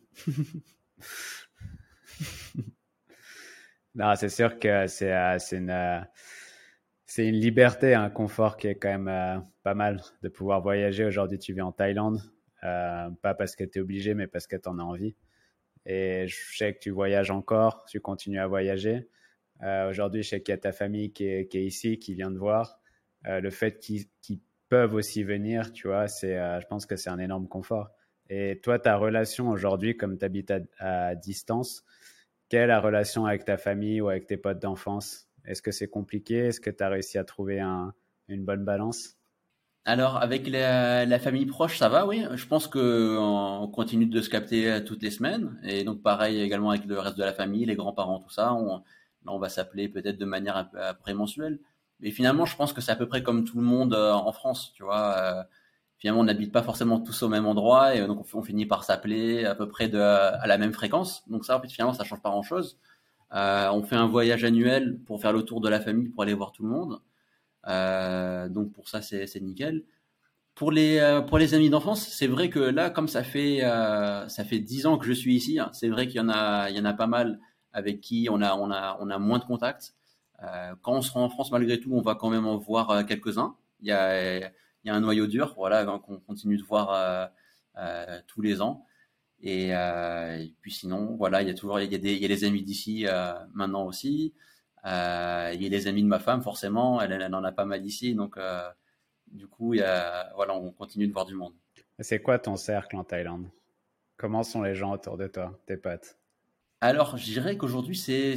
Non, c'est sûr que c'est une liberté, un confort qui est quand même pas mal de pouvoir voyager. Aujourd'hui, tu vis en Thaïlande, pas parce que tu es obligé, mais parce que tu en as envie. Et je sais que tu voyages encore, tu continues à voyager. Aujourd'hui, je sais qu'il y a ta famille qui est ici, qui vient te voir. Le fait qu'ils peuvent aussi venir, tu vois, je pense que c'est un énorme confort. Et toi, ta relation aujourd'hui, comme tu habites à distance, quelle est la relation avec ta famille ou avec tes potes d'enfance? Est-ce que c'est compliqué? Est-ce que tu as réussi à trouver une bonne balance? Alors, avec la famille proche, ça va, oui. Je pense que on continue de se capter toutes les semaines. Et donc, pareil également avec le reste de la famille, les grands-parents, tout ça. Là, on va s'appeler peut-être de manière un peu après mensuelle. Mais finalement, je pense que c'est à peu près comme tout le monde en France, tu vois. Finalement, on n'habite pas forcément tous au même endroit. Et donc, on finit par s'appeler à peu près à la même fréquence. Donc ça, en fait, finalement, ça change pas grand-chose. On fait un voyage annuel pour faire le tour de la famille, pour aller voir tout le monde. Donc pour ça, c'est nickel. Pour les amis d'enfance, c'est vrai que là, comme ça fait 10 ans que je suis ici, hein, c'est vrai il y en a pas mal avec qui on a moins de contacts. Quand on se rend en France, malgré tout, on va quand même en voir quelques-uns. Il y a un noyau dur, voilà, qu'on continue de voir tous les ans. Et puis sinon, voilà, il y a des amis d'ici maintenant aussi. Il y a les amis de ma femme, forcément, elle en a pas mal ici, donc du coup, voilà, on continue de voir du monde. C'est quoi ton cercle en Thaïlande? Comment sont les gens autour de toi, tes potes? Alors, je dirais qu'aujourd'hui,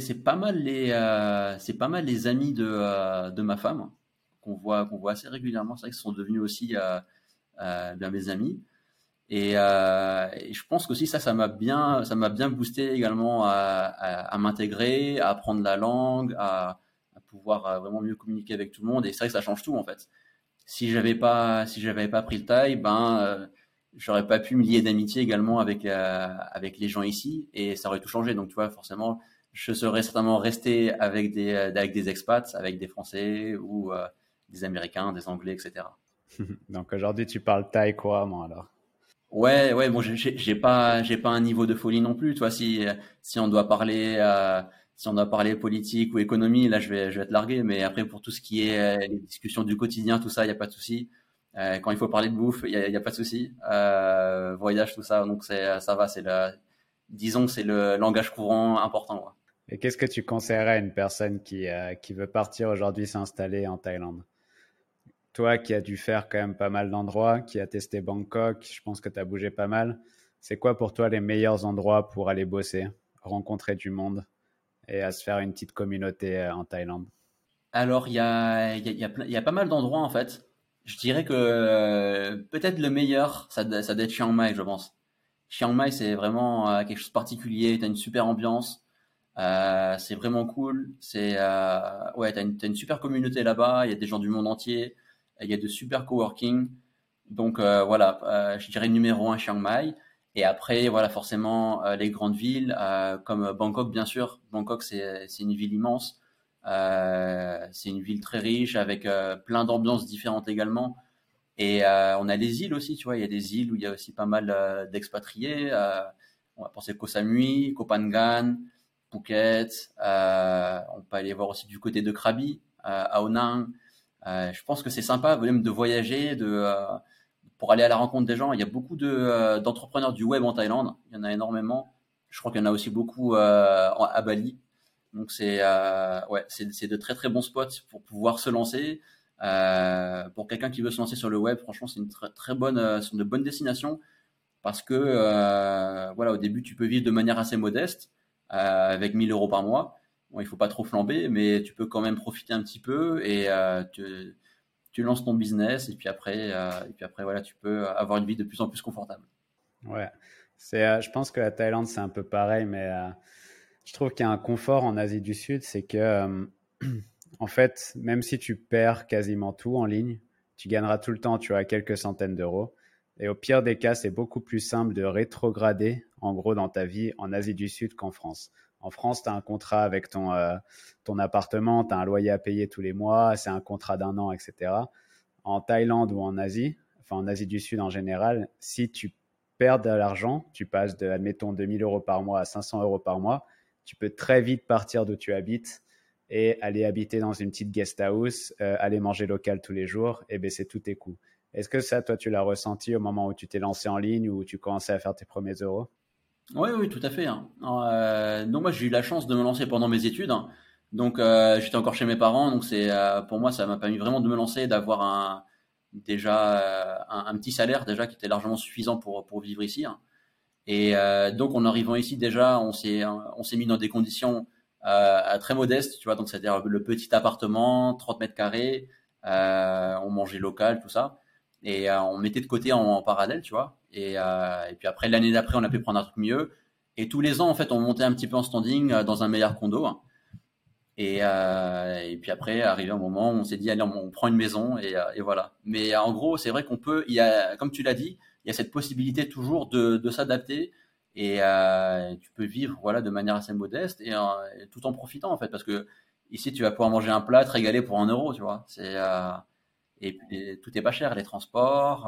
c'est pas mal les amis de ma femme qu'on voit assez régulièrement. C'est vrai qu'ils sont devenus aussi bien mes amis. Et je pense qu'aussi ça m'a bien boosté également à m'intégrer, à apprendre la langue, à pouvoir vraiment mieux communiquer avec tout le monde. Et c'est vrai que ça change tout en fait. Si j'avais pas pris le Thaï, j'aurais pas pu me lier d'amitié également avec les gens ici et ça aurait tout changé. Donc tu vois, forcément, je serais certainement resté avec des expats, avec des Français ou des Américains, des Anglais, etc. Donc aujourd'hui, tu parles thaï couramment alors. Ouais, bon, j'ai pas un niveau de folie non plus. Tu vois, si on doit si on doit parler politique ou économie, là, je vais être largué. Mais après, pour tout ce qui est les discussions du quotidien, tout ça, il y a pas de souci. Quand il faut parler de bouffe, il y a pas de souci. Voyage, tout ça, donc ça va. Disons, c'est le langage courant important, quoi. Et qu'est-ce que tu conseillerais à une personne qui veut partir aujourd'hui s'installer en Thaïlande? Toi qui as dû faire quand même pas mal d'endroits, qui a testé Bangkok, je pense que tu as bougé pas mal. C'est quoi pour toi les meilleurs endroits pour aller bosser, rencontrer du monde et à se faire une petite communauté en Thaïlande? Alors, il y a pas mal d'endroits en fait. Je dirais que peut-être le meilleur, ça doit être Chiang Mai, je pense. Chiang Mai, c'est vraiment quelque chose de particulier. T'as une super ambiance. C'est vraiment cool. Ouais, t'as une super communauté là-bas. Il y a des gens du monde entier. Il y a de super coworking. Donc voilà, je dirais numéro un Chiang Mai. Et après, voilà, forcément les grandes villes comme Bangkok, bien sûr. Bangkok, c'est une ville immense. C'est une ville très riche avec plein d'ambiances différentes également. Et on a les îles aussi, tu vois. Il y a des îles où il y a aussi pas mal d'expatriés. On va penser Koh Samui, Koh Phangan, Phuket. On peut aller voir aussi du côté de Krabi, à Onang. Je pense que c'est sympa même de voyager, pour aller à la rencontre des gens. Il y a beaucoup d'entrepreneurs du web en Thaïlande. Il y en a énormément. Je crois qu'il y en a aussi beaucoup à Bali. Donc ouais, c'est de très très bons spots pour pouvoir se lancer. Pour quelqu'un qui veut se lancer sur le web, franchement, c'est une très bonne, c'est de bonnes destinations parce que voilà, au début, tu peux vivre de manière assez modeste avec 1 000 € par mois. Bon, il faut pas trop flamber, mais tu peux quand même profiter un petit peu et tu lances ton business et puis après voilà, tu peux avoir une vie de plus en plus confortable. Ouais, je pense que la Thaïlande, c'est un peu pareil, mais je trouve qu'il y a un confort en Asie du Sud, c'est que, en fait, même si tu perds quasiment tout en ligne, tu gagneras tout le temps, tu as quelques centaines d'euros. Et au pire des cas, c'est beaucoup plus simple de rétrograder, en gros, dans ta vie en Asie du Sud qu'en France. En France, tu as un contrat avec ton appartement, tu as un loyer à payer tous les mois, c'est un contrat d'un an, etc. En Thaïlande ou en Asie, enfin en Asie du Sud en général, si tu perds de l'argent, tu passes de, admettons, 2 000 € par mois à 500 € par mois, tu peux très vite partir d'où tu habites et aller habiter dans une petite guest house, aller manger local tous les jours et baisser tous tes coûts. Est-ce que ça, toi, tu l'as ressenti au moment où tu t'es lancé en ligne ou où tu commençais à faire tes premiers euros? Oui, oui, tout à fait, hein. Donc moi j'ai eu la chance de me lancer pendant mes études, hein. Donc j'étais encore chez mes parents, donc pour moi ça m'a permis vraiment de me lancer, d'avoir déjà un petit salaire déjà qui était largement suffisant pour vivre ici, hein. Et donc en arrivant ici déjà on s'est mis dans des conditions très modestes, tu vois, donc c'est-à-dire le petit appartement, 30 mètres carrés, on mangeait local, tout ça, et on mettait de côté en parallèle, tu vois. Et puis après l'année d'après, on a pu prendre un truc mieux. Et tous les ans, en fait, on montait un petit peu en standing dans un meilleur condo, hein. Et puis après, arrivé un moment où on s'est dit, allez, on prend une maison et voilà. Mais en gros, c'est vrai comme tu l'as dit, il y a cette possibilité toujours de s'adapter et tu peux vivre voilà de manière assez modeste et tout en profitant en fait parce que ici tu vas pouvoir manger un plat te régaler pour 1 euro, tu vois. Et puis tout est pas cher, les transports,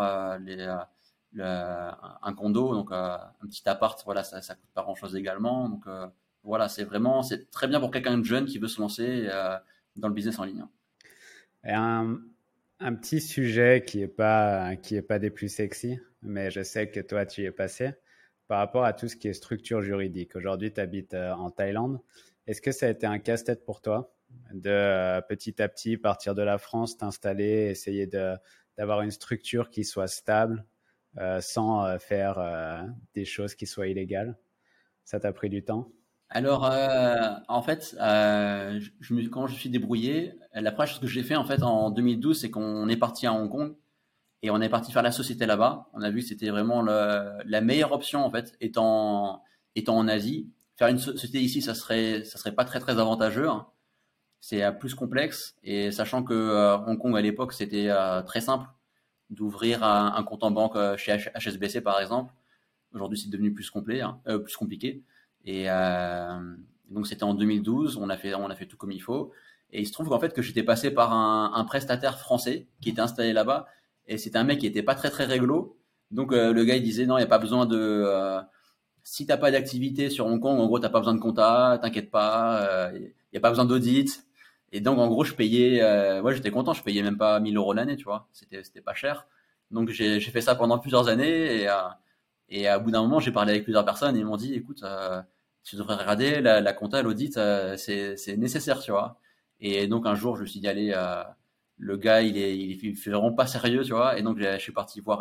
un condo, donc un petit appart, voilà, ça coûte pas grand-chose également. Donc voilà, c'est très bien pour quelqu'un de jeune qui veut se lancer dans le business en ligne. Et un petit sujet qui est pas des plus sexy, mais je sais que toi, tu y es passé, par rapport à tout ce qui est structure juridique. Aujourd'hui, tu habites en Thaïlande. Est-ce que ça a été un casse-tête pour toi de petit à petit partir de la France, t'installer, essayer d'avoir une structure qui soit stable sans faire des choses qui soient illégales? Ça t'a pris du temps? Alors, en fait, quand je me suis débrouillé, la première chose que j'ai fait en fait en 2012, c'est qu'on est parti à Hong Kong et on est parti faire la société là-bas. On a vu que c'était vraiment la meilleure option en fait, étant en Asie. Faire une société ici, ça serait pas très très avantageux, hein. C'est plus complexe et sachant que Hong Kong à l'époque c'était très simple d'ouvrir un compte en banque chez HSBC par exemple. Aujourd'hui c'est devenu plus complet, hein, plus compliqué. Et donc c'était en 2012, on a fait tout comme il faut. Et il se trouve qu'en fait que j'étais passé par un prestataire français qui était installé là-bas et c'était un mec qui était pas très très réglo. Donc le gars il disait non, il y a pas besoin si t'as pas d'activité sur Hong Kong, en gros t'as pas besoin de compta, t'inquiète pas, il y a pas besoin d'audit. Et donc en gros je payais, ouais j'étais content, je payais même pas 1 000 € l'année, tu vois, c'était pas cher. Donc j'ai fait ça pendant plusieurs années et à bout d'un moment j'ai parlé avec plusieurs personnes et ils m'ont dit écoute tu devrais regarder la compta, l'audit, c'est nécessaire, tu vois. Et donc un jour je me suis dit allez le gars il fait vraiment pas sérieux, tu vois. Et donc je suis parti voir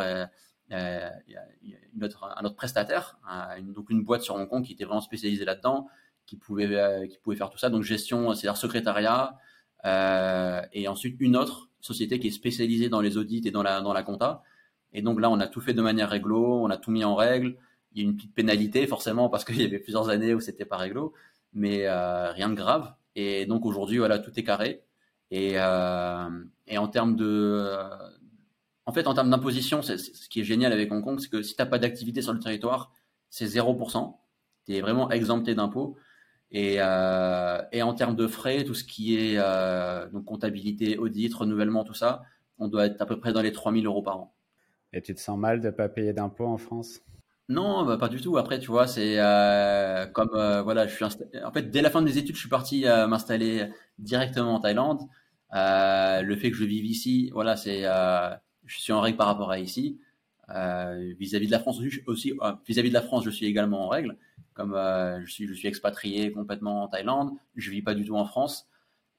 un autre prestataire, donc une boîte sur Hong Kong qui était vraiment spécialisée là-dedans, qui pouvait faire tout ça. Donc gestion, c'est-à-dire secrétariat, et ensuite une autre société qui est spécialisée dans les audits et dans la compta. Et donc là, on a tout fait de manière réglo, on a tout mis en règle. Il y a une petite pénalité forcément parce qu'il y avait plusieurs années où c'était pas réglo, mais rien de grave. Et donc aujourd'hui, voilà, tout est carré. Et en termes en termes d'imposition, ce qui est génial avec Hong Kong, c'est que si tu n'as pas d'activité sur le territoire, c'est 0%. Tu es vraiment exempté d'impôts. Et en termes de frais, tout ce qui est donc comptabilité, audit, renouvellement, tout ça, on doit être à peu près dans les 3 000 euros par an. Et tu te sens mal de ne pas payer d'impôts en France? Non, bah, pas du tout. Après, tu vois, c'est comme voilà, en fait, dès la fin de mes études, je suis parti m'installer directement en Thaïlande. Le fait que je vive ici, voilà, je suis en règle par rapport à ici. Vis-à-vis de la France aussi, vis-à-vis de la France, je suis également en règle. Comme je suis expatrié complètement en Thaïlande, je vis pas du tout en France.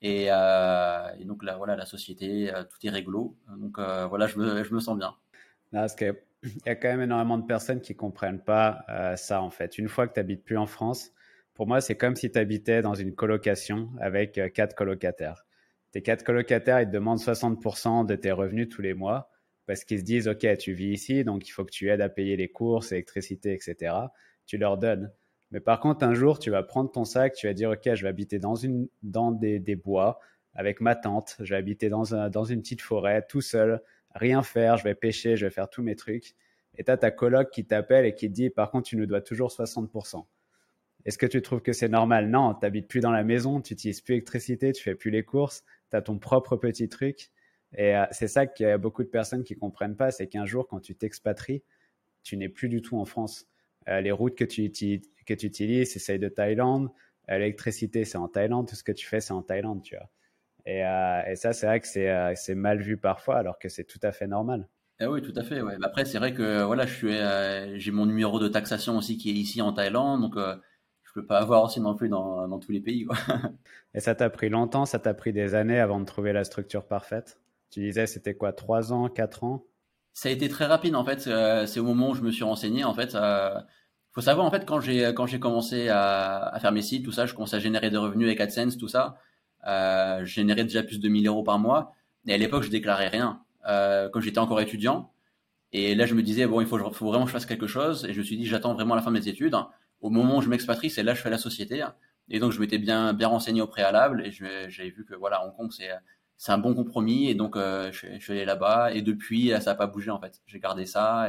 Et donc là, voilà, la société, tout est réglo. Donc voilà, je me sens bien. Non, parce qu'il y a quand même énormément de personnes qui ne comprennent pas ça, en fait. Une fois que tu n'habites plus en France, pour moi, c'est comme si tu habitais dans une colocation avec 4 colocataires. Tes 4 colocataires, ils te demandent 60% de tes revenus tous les mois parce qu'ils se disent, OK, tu vis ici, donc il faut que tu aides à payer les courses, l'électricité, etc. Tu leur donnes. Mais par contre, un jour, tu vas prendre ton sac, tu vas dire, OK, je vais habiter dans des bois avec ma tante, je vais habiter dans une petite forêt tout seul, rien faire, je vais pêcher, je vais faire tous mes trucs. Et tu as ta coloc qui t'appelle et qui te dit, par contre, tu nous dois toujours 60%. Est-ce que tu trouves que c'est normal? Non, tu n'habites plus dans la maison, tu n'utilises plus l'électricité, tu fais plus les courses, tu as ton propre petit truc. Et c'est ça qu'il y a beaucoup de personnes qui ne comprennent pas, c'est qu'un jour, quand tu t'expatries, tu n'es plus du tout en France. Les routes que tu utilises, c'est celles de Thaïlande. L'électricité, c'est en Thaïlande. Tout ce que tu fais, c'est en Thaïlande, tu vois. Et ça, c'est vrai que c'est mal vu parfois, alors que c'est tout à fait normal. Ah oui, tout à fait. Ouais. Après, c'est vrai que voilà, j'ai mon numéro de taxation aussi qui est ici en Thaïlande, donc je peux pas avoir aussi non plus dans tous les pays, quoi. Et ça t'a pris longtemps, ça t'a pris des années avant de trouver la structure parfaite. Tu disais, c'était quoi, 3 ans, 4 ans? Ça a été très rapide en fait. C'est au moment où je me suis renseigné en fait. Faut savoir en fait quand j'ai commencé à faire mes sites, tout ça, je commençais à générer des revenus avec AdSense, tout ça. Je générais déjà plus de 1 000 euros par mois. Et à l'époque, je déclarais rien. Quand j'étais encore étudiant. Et là, je me disais bon, faut vraiment que je fasse quelque chose. Et je me suis dit, j'attends vraiment la fin de mes études. Au moment où je m'expatrie, c'est là que je fais la société. Et donc, je m'étais bien renseigné au préalable. Et j'avais vu que voilà, Hong Kong, c'est un bon compromis. Et donc, je suis allé là-bas. Et depuis, ça n'a pas bougé en fait. J'ai gardé ça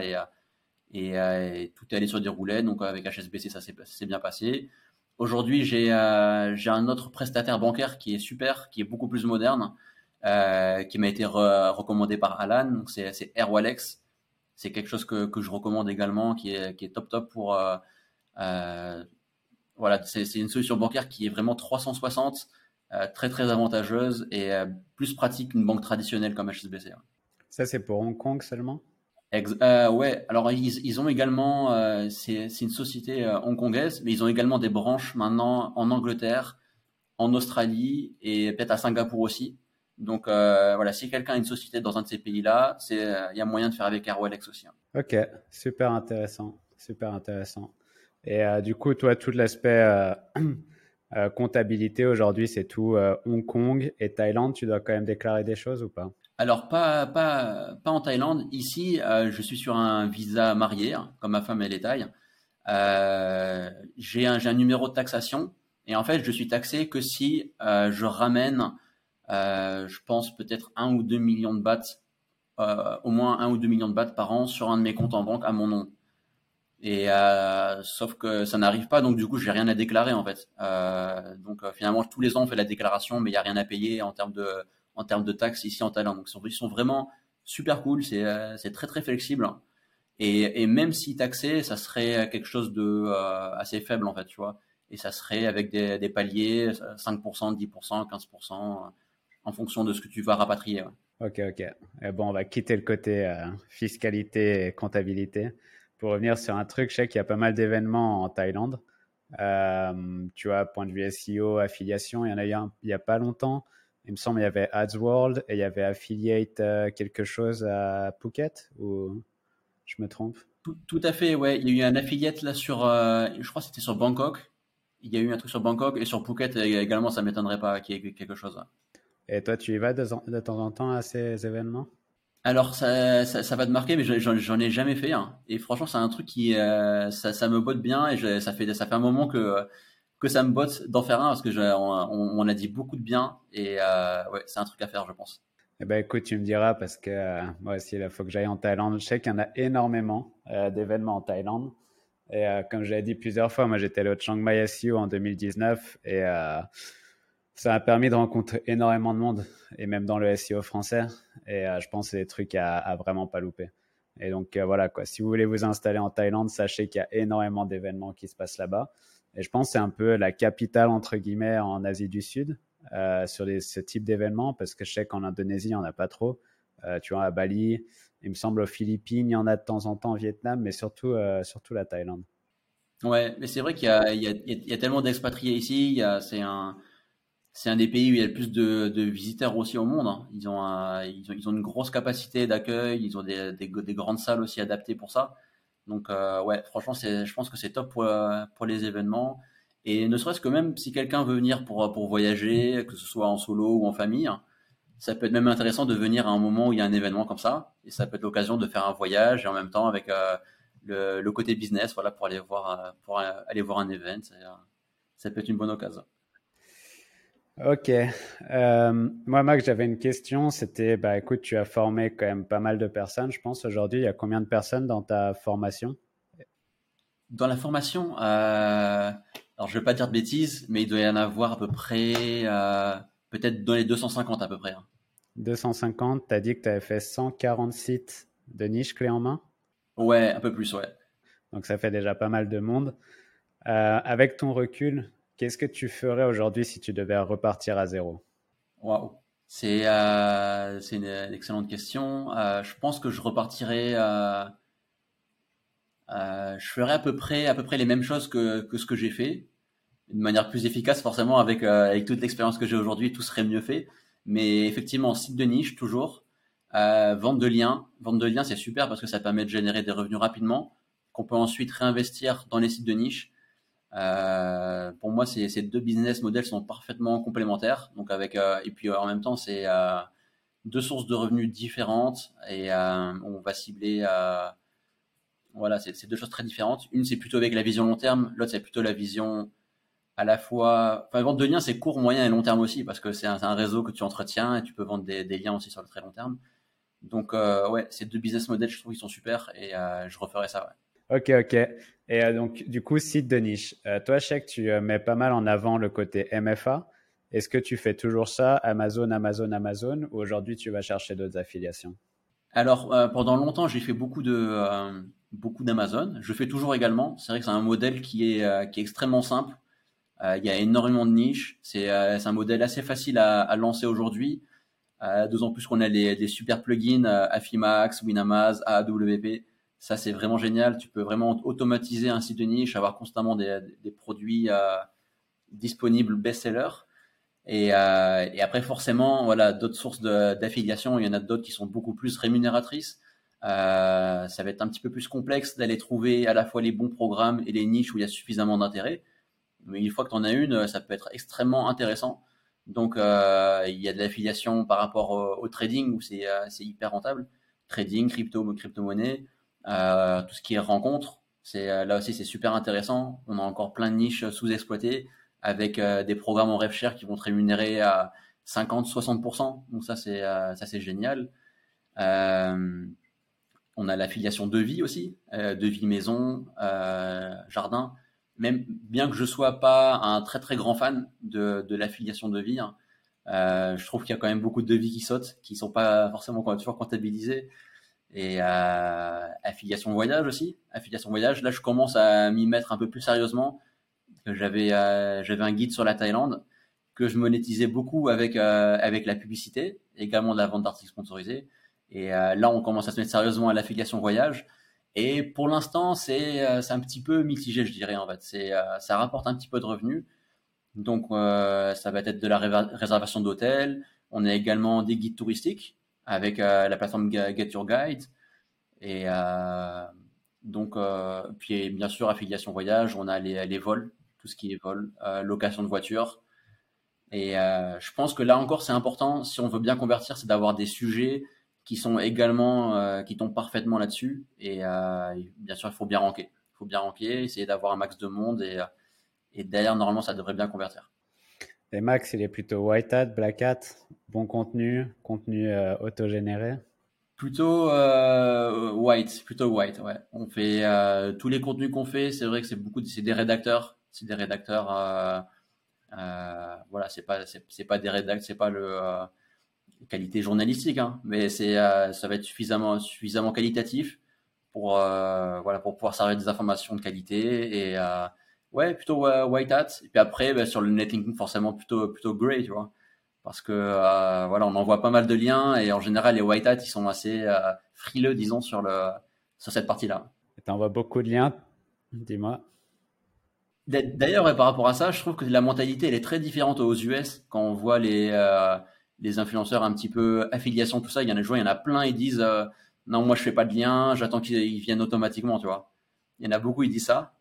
et tout est allé sur des roulettes. Donc, avec HSBC, ça s'est bien passé. Aujourd'hui, j'ai un autre prestataire bancaire qui est super, qui est beaucoup plus moderne, qui m'a été recommandé par Alan. Donc, c'est Airwallex. C'est quelque chose que je recommande également, qui est top top pour voilà, c'est une solution bancaire qui est vraiment 360, très très avantageuse et plus pratique qu'une banque traditionnelle comme HSBC. Ouais. Ça, c'est pour Hong Kong seulement? Ouais, alors ils ont également, c'est une société hongkongaise, mais ils ont également des branches maintenant en Angleterre, en Australie et peut-être à Singapour aussi. Donc voilà, si quelqu'un a une société dans un de ces pays-là, il y a moyen de faire avec Airwallex aussi. Hein. Ok, super intéressant, super intéressant. Et du coup, toi, tout l'aspect comptabilité aujourd'hui, c'est tout Hong Kong et Thaïlande. Tu dois quand même déclarer des choses ou pas? Alors pas en Thaïlande. Ici, je suis sur un visa marié, hein, comme ma femme elle est thaï. J'ai un numéro de taxation et en fait, je suis taxé que si je ramène, je pense peut-être 1 ou 2 millions de bahts, au moins 1 ou 2 millions de bahts par an sur un de mes comptes en banque à mon nom. Et sauf que ça n'arrive pas, donc du coup, j'ai rien à déclarer en fait. Donc finalement, tous les ans, on fait la déclaration, mais il y a rien à payer en termes de taxes ici en Thaïlande. Donc ils sont vraiment super cool, c'est très très flexible. Et même si taxé, ça serait quelque chose de assez faible en fait, tu vois. Et ça serait avec des paliers, 5%, 10%, 15%, en fonction de ce que tu vas rapatrier. Ouais. Ok, ok. Et bon, on va quitter le côté fiscalité et comptabilité pour revenir sur un truc. Je sais qu'il y a pas mal d'événements en Thaïlande. Tu vois, point de vue SEO, affiliation, il y en a eu un il n'y a pas longtemps. Il me semble qu'il y avait AdsWorld et il y avait Affiliate quelque chose à Phuket, ou je me trompe? Tout à fait, ouais. Il y a eu un affiliate là je crois que c'était sur Bangkok. Il y a eu un truc sur Bangkok et sur Phuket également, ça m'étonnerait pas qu'il y ait quelque chose. Ouais. Et toi, tu y vas de temps en temps à ces événements? Alors ça va te marquer, mais j'en ai jamais fait, hein. Et franchement, c'est un truc qui ça me botte bien et ça fait un moment que ça me botte d'en faire un parce que on m'en a dit beaucoup de bien et ouais, c'est un truc à faire, je pense. Eh ben, écoute, tu me diras parce que moi aussi, il faut que j'aille en Thaïlande. Je sais qu'il y en a énormément d'événements en Thaïlande. Et comme je l'ai dit plusieurs fois, moi j'étais allé au Chiang Mai SU en 2019 et ça m'a permis de rencontrer énormément de monde et même dans le SEO français. Et je pense que c'est des trucs à vraiment pas louper. Et donc voilà quoi, si vous voulez vous installer en Thaïlande, sachez qu'il y a énormément d'événements qui se passent là-bas. Et je pense que c'est un peu la capitale entre guillemets en Asie du Sud sur ce type d'événements parce que je sais qu'en Indonésie, il n'y en a pas trop. Tu vois, à Bali, il me semble aux Philippines, il y en a de temps en temps au Vietnam, mais surtout la Thaïlande. Ouais, mais c'est vrai qu'il y a tellement d'expatriés ici. C'est un des pays où il y a le plus de visiteurs aussi au monde, hein. Ils ont une grosse capacité d'accueil. Ils ont des grandes salles aussi adaptées pour ça. Donc ouais, franchement, je pense que c'est top pour les événements. Et ne serait-ce que même si quelqu'un veut venir pour voyager, que ce soit en solo ou en famille, hein, ça peut être même intéressant de venir à un moment où il y a un événement comme ça. Et ça peut être l'occasion de faire un voyage et en même temps avec le côté business, voilà, pour aller voir un event. Ça peut être une bonne occasion. Ok. Moi, Max, j'avais une question. C'était, bah, écoute, tu as formé quand même pas mal de personnes, je pense. Aujourd'hui, il y a combien de personnes dans ta formation? Dans la formation, alors je vais pas dire de bêtises, mais il doit y en avoir à peu près, peut-être dans les 250 à peu près, hein. 250. Tu as dit que tu avais fait 140 sites de niche clé en main. Ouais, un peu plus, ouais. Donc, ça fait déjà pas mal de monde. Avec ton recul, qu'est-ce que tu ferais aujourd'hui si tu devais repartir à zéro? Waouh. C'est une excellente question. Je pense que je repartirais. Je ferais à peu près les mêmes choses que ce que j'ai fait, de manière plus efficace, forcément, avec toute l'expérience que j'ai aujourd'hui, tout serait mieux fait. Mais effectivement, site de niche, toujours. Vente de liens. Vente de liens, c'est super parce que ça permet de générer des revenus rapidement, qu'on peut ensuite réinvestir dans les sites de niche. Pour moi, ces deux business models sont parfaitement complémentaires. Donc et puis en même temps, c'est deux sources de revenus différentes et on va cibler. Voilà, c'est deux choses très différentes. Une, c'est plutôt avec la vision long terme. L'autre, c'est plutôt la vision à la fois. Enfin, vente de liens, c'est court, moyen et long terme aussi parce que c'est un réseau que tu entretiens et tu peux vendre des liens aussi sur le très long terme. Donc ouais, ces deux business models, je trouve qu'ils sont super et je referai ça. Ouais. Ok, ok. Et donc, du coup, site de niche. Toi, je sais que tu mets pas mal en avant le côté MFA. Est-ce que tu fais toujours ça, Amazon, Amazon, Amazon, ou aujourd'hui tu vas chercher d'autres affiliations? Alors, pendant longtemps, j'ai fait beaucoup d'Amazon. Je fais toujours également. C'est vrai que c'est un modèle qui est extrêmement simple. Il y a énormément de niches. C'est un modèle assez facile à lancer aujourd'hui. D'autant plus qu'on a des super plugins Affimax, Winamaz, AWP. Ça, c'est vraiment génial. Tu peux vraiment automatiser un site de niche, avoir constamment des produits disponibles best-sellers. Et après, forcément, voilà, d'autres sources d'affiliation, il y en a d'autres qui sont beaucoup plus rémunératrices. Ça va être un petit peu plus complexe d'aller trouver à la fois les bons programmes et les niches où il y a suffisamment d'intérêt. Mais une fois que tu en as une, ça peut être extrêmement intéressant. Donc, il y a de l'affiliation par rapport au trading où c'est hyper rentable. Trading, crypto-monnaie, tout ce qui est rencontre, là aussi c'est super intéressant. On a encore plein de niches sous-exploitées avec des programmes en rev-share qui vont te rémunérer à 50-60%. Donc ça c'est génial. Euh, on a l'affiliation devis aussi, devis maison, jardin. Même bien que je sois pas un très très grand fan de l'affiliation devis, hein, je trouve qu'il y a quand même beaucoup de devis qui sautent, qui sont pas forcément toujours comptabilisés. Et affiliation voyage aussi. Affiliation voyage, là je commence à m'y mettre un peu plus sérieusement. J'avais un guide sur la Thaïlande que je monétisais beaucoup avec la publicité, également de la vente d'articles sponsorisés. Et là, on commence à se mettre sérieusement à l'affiliation voyage. Et pour l'instant, c'est un petit peu mitigé, je dirais en fait. Ça rapporte un petit peu de revenus. Donc, ça va être de la réservation d'hôtels. On a également des guides touristiques avec la plateforme Get Your Guide. Et donc, puis bien sûr, affiliation voyage, on a les vols, tout ce qui est vol, location de voiture. Et je pense que là encore, c'est important, si on veut bien convertir, c'est d'avoir des sujets qui sont également, qui tombent parfaitement là-dessus. Et bien sûr, il faut bien ranker. Il faut bien ranker, essayer d'avoir un max de monde et derrière, normalement, ça devrait bien convertir. Et Max, il est plutôt white hat, black hat, bon contenu, contenu autogénéré. Plutôt white, ouais. On fait tous les contenus qu'on fait, c'est vrai que c'est des rédacteurs, voilà, c'est pas des rédacteurs, c'est pas le qualité journalistique, hein, mais ça va être suffisamment qualitatif pour voilà pour pouvoir servir des informations de qualité et ouais plutôt white hat. Et puis après sur le netlinking forcément plutôt gray, tu vois, parce que voilà on envoie pas mal de liens et en général les white hat ils sont assez frileux disons sur cette partie-là. Tu envoies beaucoup de liens, dis-moi. D'ailleurs, ouais, par rapport à ça, je trouve que la mentalité, elle est très différente aux US quand on voit les influenceurs un petit peu affiliation, tout ça. Il y en a, il y en a plein, ils disent non, moi je fais pas de lien, j'attends qu'ils viennent automatiquement, tu vois. Il y en a beaucoup, ils disent ça.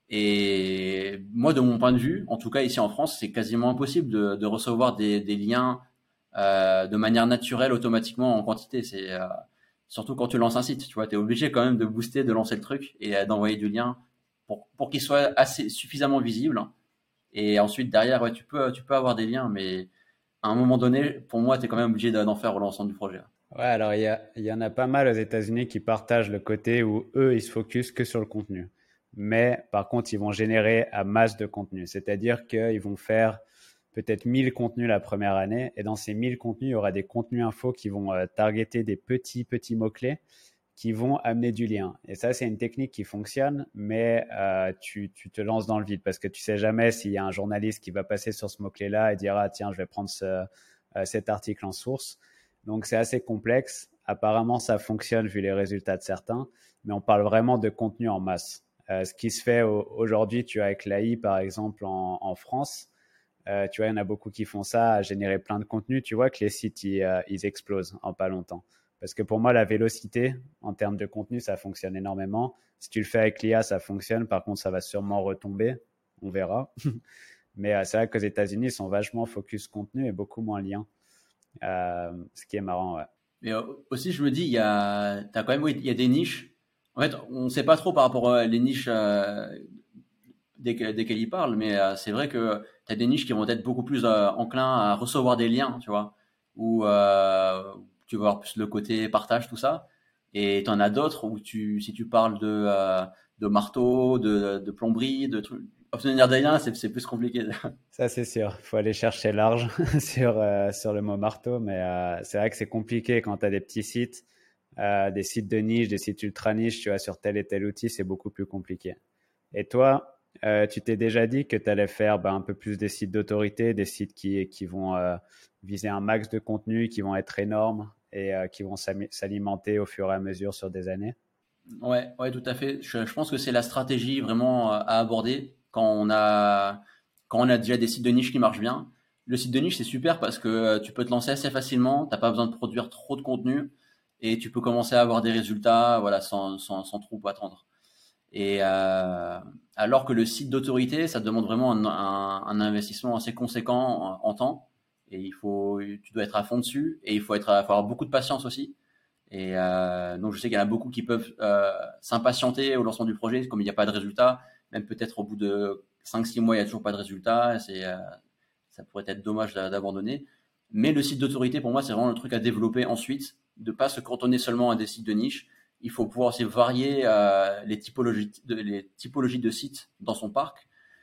Et moi, de mon point de vue, en tout cas ici en France, c'est quasiment impossible de recevoir des liens de manière naturelle, automatiquement, en quantité. Surtout quand tu lances un site, tu vois, tu es obligé quand même de booster, de lancer le truc et d'envoyer du lien pour qu'il soit assez suffisamment visible. Et ensuite, derrière, ouais, tu peux avoir des liens, mais à un moment donné, pour moi, tu es quand même obligé d'en faire au lancement du projet. Ouais, alors il y en a pas mal aux États-Unis qui partagent le côté où eux, ils se focusent que sur le contenu. Mais par contre, ils vont générer à masse de contenu. C'est-à-dire qu'ils vont faire peut-être 1000 contenus la première année. Et dans ces 1000 contenus, il y aura des contenus infos qui vont targeter des petits mots-clés qui vont amener du lien. Et ça, c'est une technique qui fonctionne, mais tu te lances dans le vide parce que tu sais jamais s'il y a un journaliste qui va passer sur ce mot-clé-là et dire ah tiens, je vais prendre cet article en source. Donc c'est assez complexe. Apparemment, ça fonctionne vu les résultats de certains, mais on parle vraiment de contenu en masse. Ce qui se fait aujourd'hui, tu vois, avec l'AI par exemple en France, tu vois, il y en a beaucoup qui font ça, à générer plein de contenu. Tu vois que les sites, ils explosent en pas longtemps. Parce que pour moi, la vélocité, en termes de contenu, ça fonctionne énormément. Si tu le fais avec l'IA, ça fonctionne. Par contre, ça va sûrement retomber. On verra. Mais c'est vrai qu'aux États-Unis, ils sont vachement focus contenu et beaucoup moins lien. Ce qui est marrant, ouais. Mais aussi, je me dis, t'as quand même, oui, il y a des niches. En fait, on ne sait pas trop par rapport aux les niches desquelles ils parlent, mais c'est vrai que tu as des niches qui vont être beaucoup plus enclins à recevoir des liens, tu vois, ou tu vas avoir plus le côté partage, tout ça. Et tu en as d'autres où si tu parles de marteau, de plomberie, de trucs, obtenir des liens, c'est plus compliqué. Ça, c'est sûr. Il faut aller chercher large sur le mot marteau. Mais c'est vrai que c'est compliqué quand tu as des petits sites, des sites de niche, des sites ultra niche, tu vois, sur tel et tel outil, c'est beaucoup plus compliqué. Et toi, tu t'es déjà dit que tu allais faire un peu plus des sites d'autorité, des sites qui vont viser un max de contenu, qui vont être énormes et qui vont s'alimenter au fur et à mesure sur des années? Ouais, ouais, tout à fait. Je pense que c'est la stratégie vraiment à aborder quand on a déjà des sites de niche qui marchent bien. Le site de niche, c'est super parce que tu peux te lancer assez facilement, t'as pas besoin de produire trop de contenu et tu peux commencer à avoir des résultats, voilà, sans trop attendre. Et alors que le site d'autorité, ça demande vraiment un investissement assez conséquent en temps et tu dois être à fond dessus et faut avoir beaucoup de patience aussi. Et donc, je sais qu'il y en a beaucoup qui peuvent s'impatienter au lancement du projet, comme il n'y a pas de résultat. Même peut-être au bout de 5-6 mois, il n'y a toujours pas de résultat. Ça pourrait être dommage d'abandonner. Mais le site d'autorité, pour moi, c'est vraiment le truc à développer ensuite, de pas se cantonner seulement à des sites de niche. Il faut pouvoir aussi varier les typologies de sites dans son parc.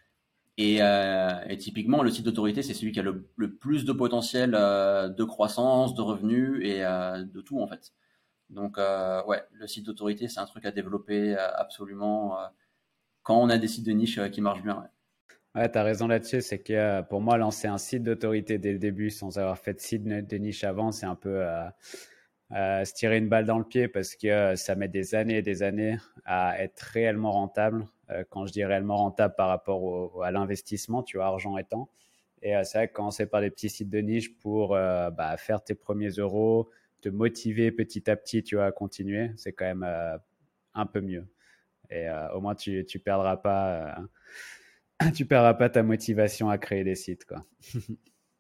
Et typiquement, le site d'autorité, c'est celui qui a le plus de potentiel de croissance, de revenus et de tout en fait. Donc, ouais, le site d'autorité, c'est un truc à développer absolument quand on a des sites de niche qui marchent bien. Ouais. Ouais, tu as raison là-dessus. C'est que pour moi, lancer un site d'autorité dès le début sans avoir fait de site de niche avant, c'est un peu se tirer une balle dans le pied parce que ça met des années et des années à être réellement rentable. Quand je dis réellement rentable par rapport à l'investissement, tu vois, argent et temps. Et c'est vrai que commencer par des petits sites de niche pour faire tes premiers euros, te motiver petit à petit, tu vois, à continuer, c'est quand même un peu mieux. Et au moins, tu perdras pas, tu perdras pas ta motivation à créer des sites, quoi.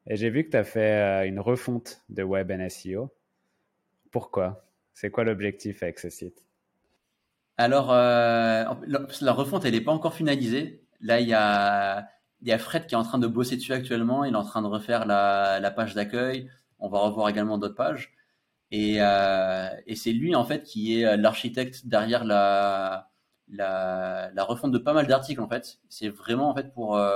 Et j'ai vu que tu as fait une refonte de Web SEO. Pourquoi? C'est quoi l'objectif avec ce site? Alors, la refonte, elle n'est pas encore finalisée. Là, il y a Fred qui est en train de bosser dessus actuellement. Il est en train de refaire la page d'accueil. On va revoir également d'autres pages. Et c'est lui, en fait, qui est l'architecte derrière la refonte de pas mal d'articles, en fait. C'est vraiment, en fait,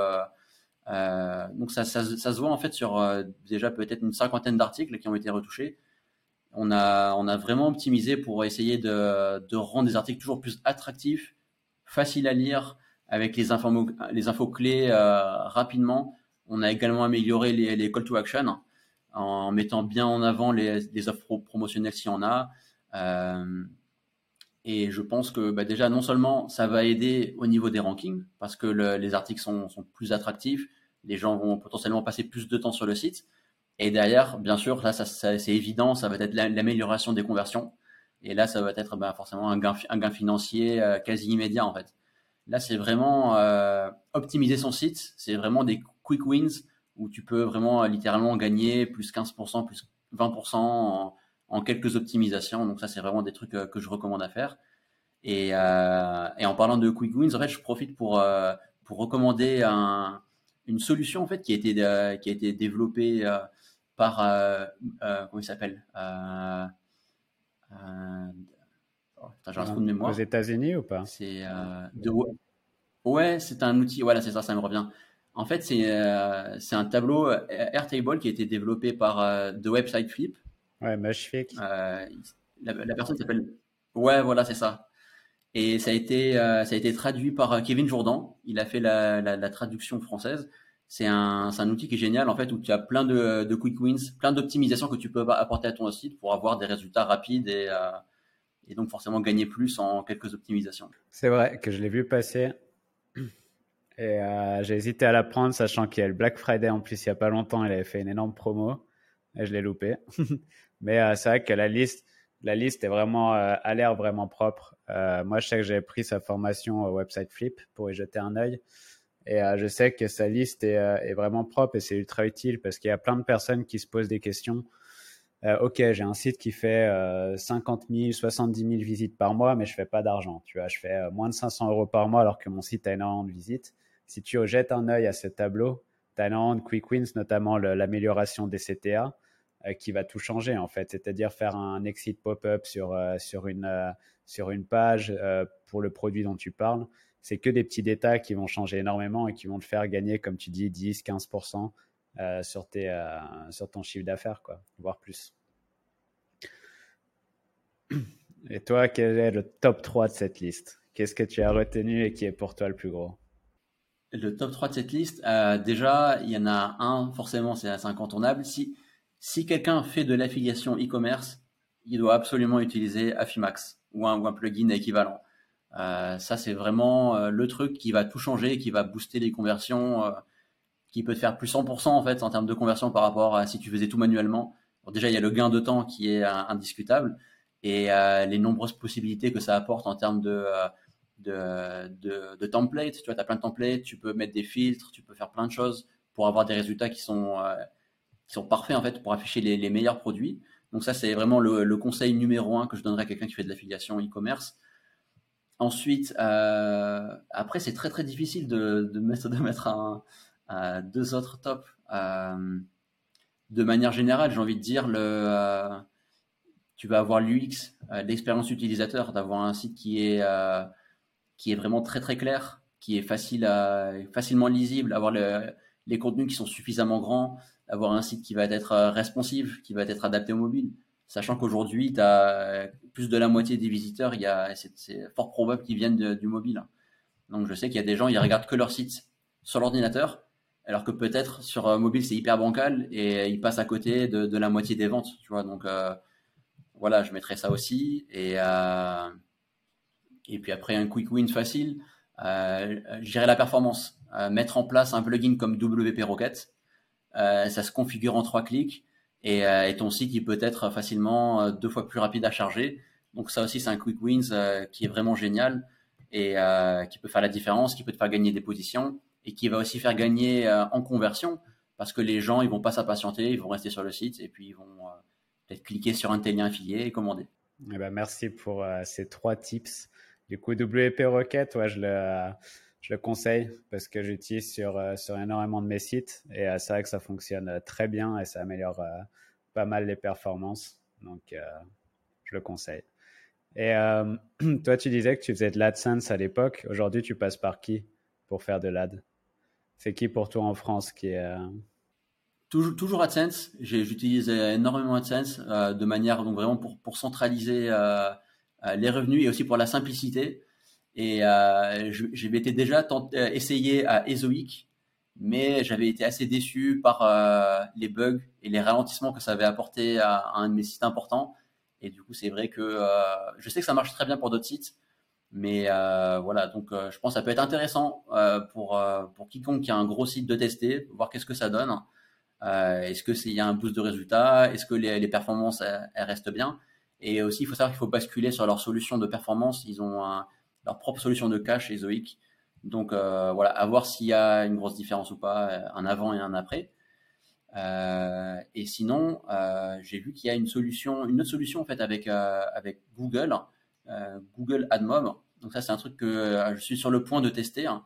donc ça se voit, en fait, sur déjà peut-être une cinquantaine d'articles qui ont été retouchés. On a vraiment optimisé pour essayer de rendre des articles toujours plus attractifs, faciles à lire, avec les infos clés rapidement. On a également amélioré les call to action en mettant bien en avant les offres promotionnelles s'il y en a. Euh, et je pense que bah, déjà, non seulement ça va aider au niveau des rankings, parce que les articles sont plus attractifs, les gens vont potentiellement passer plus de temps sur le site, et derrière, bien sûr, là, c'est évident, ça va être l'amélioration des conversions. Et là, ça va être ben, forcément un gain financier quasi immédiat, en fait. Là, c'est vraiment optimiser son site. C'est vraiment des quick wins où tu peux vraiment littéralement gagner plus 15%, plus 20% en quelques optimisations. Donc ça, c'est vraiment des trucs que je recommande à faire. Et en parlant de quick wins, en fait, je profite pour recommander une solution en fait qui a été développée par comment il s'appelle oh, putain, j'ai un trou de Aux mémoire. États-Unis ou pas? C'est ouais, c'est un outil. Voilà, c'est ça, ça me revient. En fait, c'est un tableau Airtable qui a été développé par The Website Flip. Ouais, Mushfik. Euh, la personne s'appelle. Ouais, voilà, c'est ça. Et ça a été traduit par Kevin Jourdan. Il a fait la traduction française. C'est un outil qui est génial en fait où tu as plein de quick wins, plein d'optimisations que tu peux apporter à ton site pour avoir des résultats rapides et donc forcément gagner plus en quelques optimisations. C'est vrai que je l'ai vu passer et j'ai hésité à la prendre, sachant qu'il y a le Black Friday en plus il n'y a pas longtemps. Il avait fait une énorme promo et je l'ai loupé. Mais c'est vrai que la liste est vraiment, a l'air vraiment propre. Moi, je sais que j'ai pris sa formation au Website Flip pour y jeter un œil. Et je sais que sa liste est vraiment propre et c'est ultra utile parce qu'il y a plein de personnes qui se posent des questions. Ok, j'ai un site qui fait 50 000, 70 000 visites par mois, mais je fais pas d'argent. Tu vois, je fais moins de 500 euros par mois alors que mon site a énormément de visites. Si tu jettes un œil à ce tableau, tu as énormément de quick wins, notamment l'amélioration des CTA, qui va tout changer en fait. C'est-à-dire faire un exit pop-up sur une page pour le produit dont tu parles. C'est que des petits détails qui vont changer énormément et qui vont te faire gagner, comme tu dis, 10, 15% sur ton chiffre d'affaires, quoi, voire plus. Et toi, quel est le top 3 de cette liste? Qu'est-ce que tu as retenu et qui est pour toi le plus gros? Le top 3 de cette liste, déjà, il y en a un, forcément, c'est incontournable. Si quelqu'un fait de l'affiliation e-commerce, il doit absolument utiliser Affimax ou un plugin équivalent. Ça, c'est vraiment le truc qui va tout changer, qui va booster les conversions, qui peut te faire plus 100% en fait en termes de conversion par rapport à si tu faisais tout manuellement. Alors déjà, il y a le gain de temps qui est indiscutable et les nombreuses possibilités que ça apporte en termes de templates. Tu vois, tu as plein de templates, tu peux mettre des filtres, tu peux faire plein de choses pour avoir des résultats qui sont parfaits en fait pour afficher les meilleurs produits. Donc ça, c'est vraiment le conseil numéro un que je donnerais à quelqu'un qui fait de l'affiliation e-commerce. Ensuite, après, c'est très très difficile de mettre deux autres tops. De manière générale, j'ai envie de dire, tu vas avoir l'UX, l'expérience utilisateur, d'avoir un site qui est vraiment très très clair, qui est facilement lisible, avoir les contenus qui sont suffisamment grands, avoir un site qui va être responsive, qui va être adapté au mobile. Sachant qu'aujourd'hui, tu as plus de la moitié des visiteurs, c'est fort probable qu'ils viennent du mobile. Donc je sais qu'il y a des gens, ils regardent que leur site sur l'ordinateur, alors que peut-être sur mobile c'est hyper bancal et ils passent à côté de la moitié des ventes, tu vois. Donc voilà, je mettrai ça aussi. Et puis après un quick win facile, gérer la performance, mettre en place un plugin comme WP Rocket, ça se configure en 3 clics et ton site il peut être facilement 2 fois plus rapide à charger. Donc ça aussi c'est un quick wins qui est vraiment génial et qui peut faire la différence, qui peut te faire gagner des positions et qui va aussi faire gagner en conversion parce que les gens, ils vont pas s'impatienter, ils vont rester sur le site et puis ils vont peut-être cliquer sur un tel lien affilié et commander. Eh ben, merci pour ces 3 tips. Du coup, WP Rocket, ouais, je le conseille parce que j'utilise sur énormément de mes sites et c'est vrai que ça fonctionne très bien et ça améliore pas mal les performances. Donc, je le conseille. Et toi, tu disais que tu faisais de l'AdSense à l'époque. Aujourd'hui, tu passes par qui pour faire de l'ad? C'est qui pour toi en France qui est... Toujours AdSense. J'utilise énormément AdSense de manière donc vraiment pour centraliser les revenus et aussi pour la simplicité. Et j'avais été déjà essayé à Ezoic, mais j'avais été assez déçu par les bugs et les ralentissements que ça avait apporté à un de mes sites importants. Et du coup, c'est vrai que je sais que ça marche très bien pour d'autres sites, mais voilà. Donc, je pense que ça peut être intéressant pour quiconque qui a un gros site de tester, voir qu'est-ce que ça donne. Est-ce que il y a un boost de résultats? Est-ce que les performances elles restent bien? Et aussi, il faut savoir qu'il faut basculer sur leur solution de performance. Ils ont leur propre solution de cache Ezoic. Donc voilà, à voir s'il y a une grosse différence ou pas, un avant et un après. Et sinon, j'ai vu qu'il y a une autre solution en fait avec Google, Google AdMob. Donc ça, c'est un truc que je suis sur le point de tester. Hein.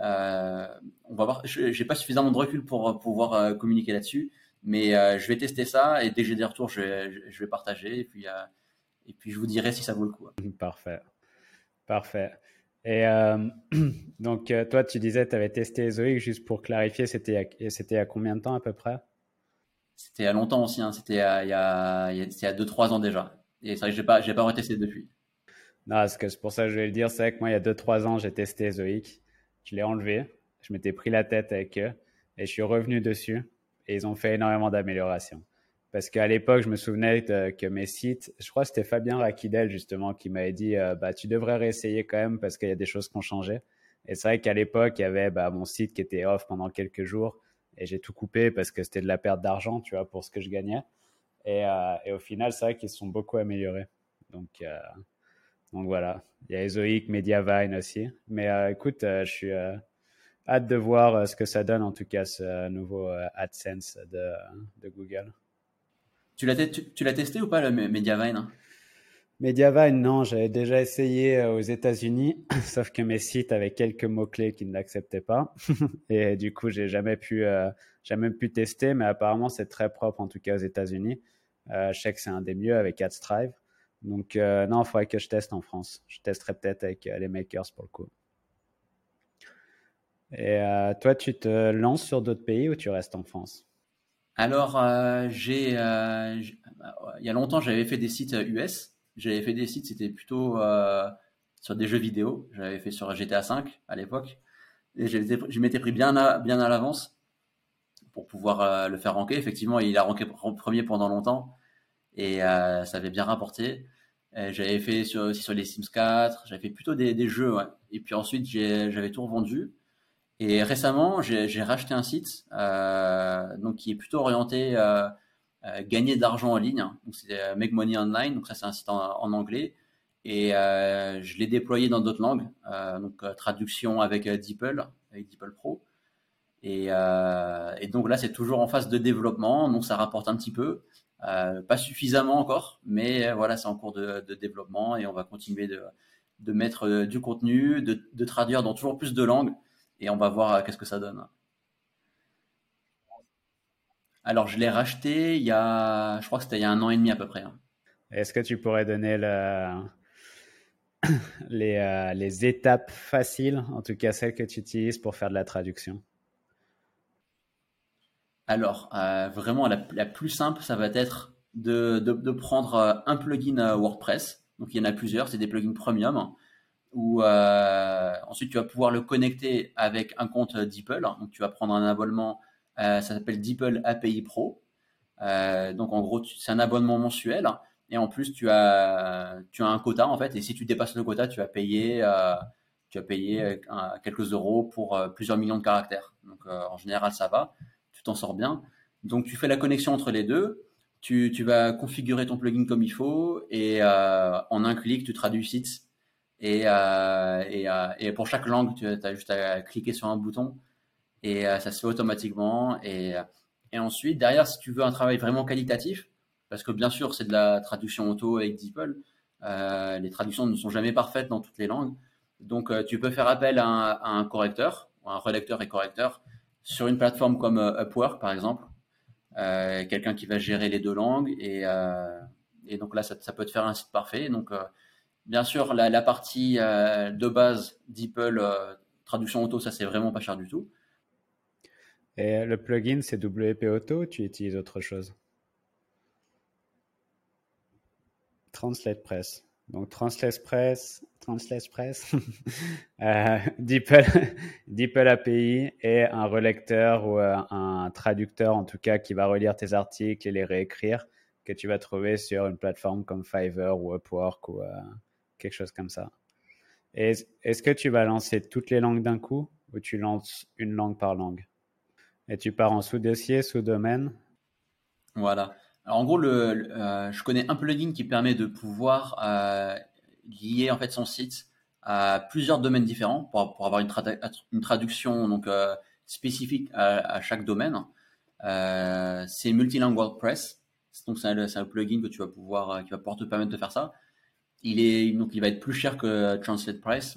On va voir. J'ai pas suffisamment de recul pour pouvoir communiquer là-dessus, mais je vais tester ça et dès que j'ai des retours, je vais partager et puis je vous dirai si ça vaut le coup. Parfait, parfait. Et donc, toi, tu disais que tu avais testé Zoic, juste pour clarifier, c'était il y a combien de temps à peu près? C'était il y a longtemps aussi, hein. C'était c'était il y a 2-3 ans déjà. Et c'est vrai que j'ai pas retesté depuis. Non, parce que c'est pour ça que je vais le dire. C'est vrai que moi, il y a 2-3 ans, j'ai testé Zoic. Je l'ai enlevé. Je m'étais pris la tête avec eux et je suis revenu dessus. Et ils ont fait énormément d'améliorations. Parce qu'à l'époque, je me souvenais que mes sites, je crois que c'était Fabien Rakidel justement qui m'avait dit bah, tu devrais réessayer quand même parce qu'il y a des choses qui ont changé. Et c'est vrai qu'à l'époque, il y avait mon site qui était off pendant quelques jours et j'ai tout coupé parce que c'était de la perte d'argent, tu vois, pour ce que je gagnais. Et au final, c'est vrai qu'ils se sont beaucoup améliorés. Donc voilà, il y a Ezoic, Mediavine aussi. Mais écoute, je suis hâte de voir ce que ça donne, en tout cas, ce nouveau AdSense de Google. Tu l'as testé ou pas le Mediavine? Mediavine, non, j'avais déjà essayé aux États-Unis, sauf que mes sites avaient quelques mots-clés qui ne l'acceptaient pas. Et du coup, j'ai jamais pu tester, mais apparemment, c'est très propre, en tout cas aux États-Unis. Je sais que c'est un des mieux avec AdStrive. Donc, non, il faudrait que je teste en France. Je testerai peut-être avec les makers pour le coup. Et toi, tu te lances sur d'autres pays ou tu restes en France? Alors, il y a longtemps, j'avais fait des sites US. J'avais fait des sites, c'était plutôt sur des jeux vidéo. J'avais fait sur GTA V à l'époque. Et je m'étais pris bien à l'avance pour pouvoir le faire ranker. Effectivement, il a ranké premier pendant longtemps et ça avait bien rapporté. J'avais fait aussi sur les Sims 4. J'avais fait plutôt des jeux, ouais. Et puis ensuite, j'avais tout revendu. Et récemment, j'ai racheté un site donc qui est plutôt orienté gagner d'argent en ligne. Donc c'est Make Money Online. Donc ça c'est un site en anglais et je l'ai déployé dans d'autres langues. Donc traduction avec DeepL Pro. Et donc là c'est toujours en phase de développement. Donc ça rapporte un petit peu, pas suffisamment encore, mais voilà c'est en cours de développement et on va continuer de mettre du contenu, de traduire dans toujours plus de langues et on va voir qu'est-ce que ça donne. Alors, je l'ai racheté je crois que c'était il y a 1 an et demi à peu près. Hein. Est-ce que tu pourrais donner les étapes faciles, en tout cas celles que tu utilises pour faire de la traduction? Alors, vraiment, la plus simple, ça va être de prendre un plugin WordPress. Donc, il y en a plusieurs, c'est des plugins premium. Où ensuite, tu vas pouvoir le connecter avec un compte DeepL. Donc, tu vas prendre un abonnement, ça s'appelle DeepL API Pro. Donc en gros, c'est un abonnement mensuel et en plus tu as un quota en fait. Et si tu dépasses le quota, tu vas payer quelques euros pour plusieurs millions de caractères. Donc en général, ça va, tu t'en sors bien. Donc tu fais la connexion entre les deux. Tu vas configurer ton plugin comme il faut et en un clic, tu traduis le site. Et pour chaque langue, tu as juste à cliquer sur un bouton et ça se fait automatiquement. Et ensuite, derrière, si tu veux un travail vraiment qualitatif, parce que bien sûr, c'est de la traduction auto avec DeepL, les traductions ne sont jamais parfaites dans toutes les langues. Donc, tu peux faire appel à un correcteur, ou un relecteur et correcteur, sur une plateforme comme Upwork, par exemple. Quelqu'un qui va gérer les deux langues. Et donc là, ça peut te faire un site parfait. Donc, bien sûr, la partie de base DeepL, traduction auto, ça, c'est vraiment pas cher du tout. Et le plugin, c'est WP Auto ou tu utilises autre chose? Translate Press. Donc Translate Press, DeepL, DeepL API et un relecteur ou un traducteur en tout cas qui va relire tes articles et les réécrire que tu vas trouver sur une plateforme comme Fiverr ou Upwork ou quelque chose comme ça. Et est-ce que tu vas lancer toutes les langues d'un coup ou tu lances une langue par langue? Et tu pars en sous-dossier, sous-domaine? Voilà. Alors, en gros, je connais un plugin qui permet de pouvoir lier en fait son site à plusieurs domaines différents pour avoir une traduction donc spécifique à chaque domaine. C'est Multilingual WordPress. Donc c'est un plugin que tu vas pouvoir qui va pouvoir te permettre de faire ça. Il va être plus cher que Translate Price,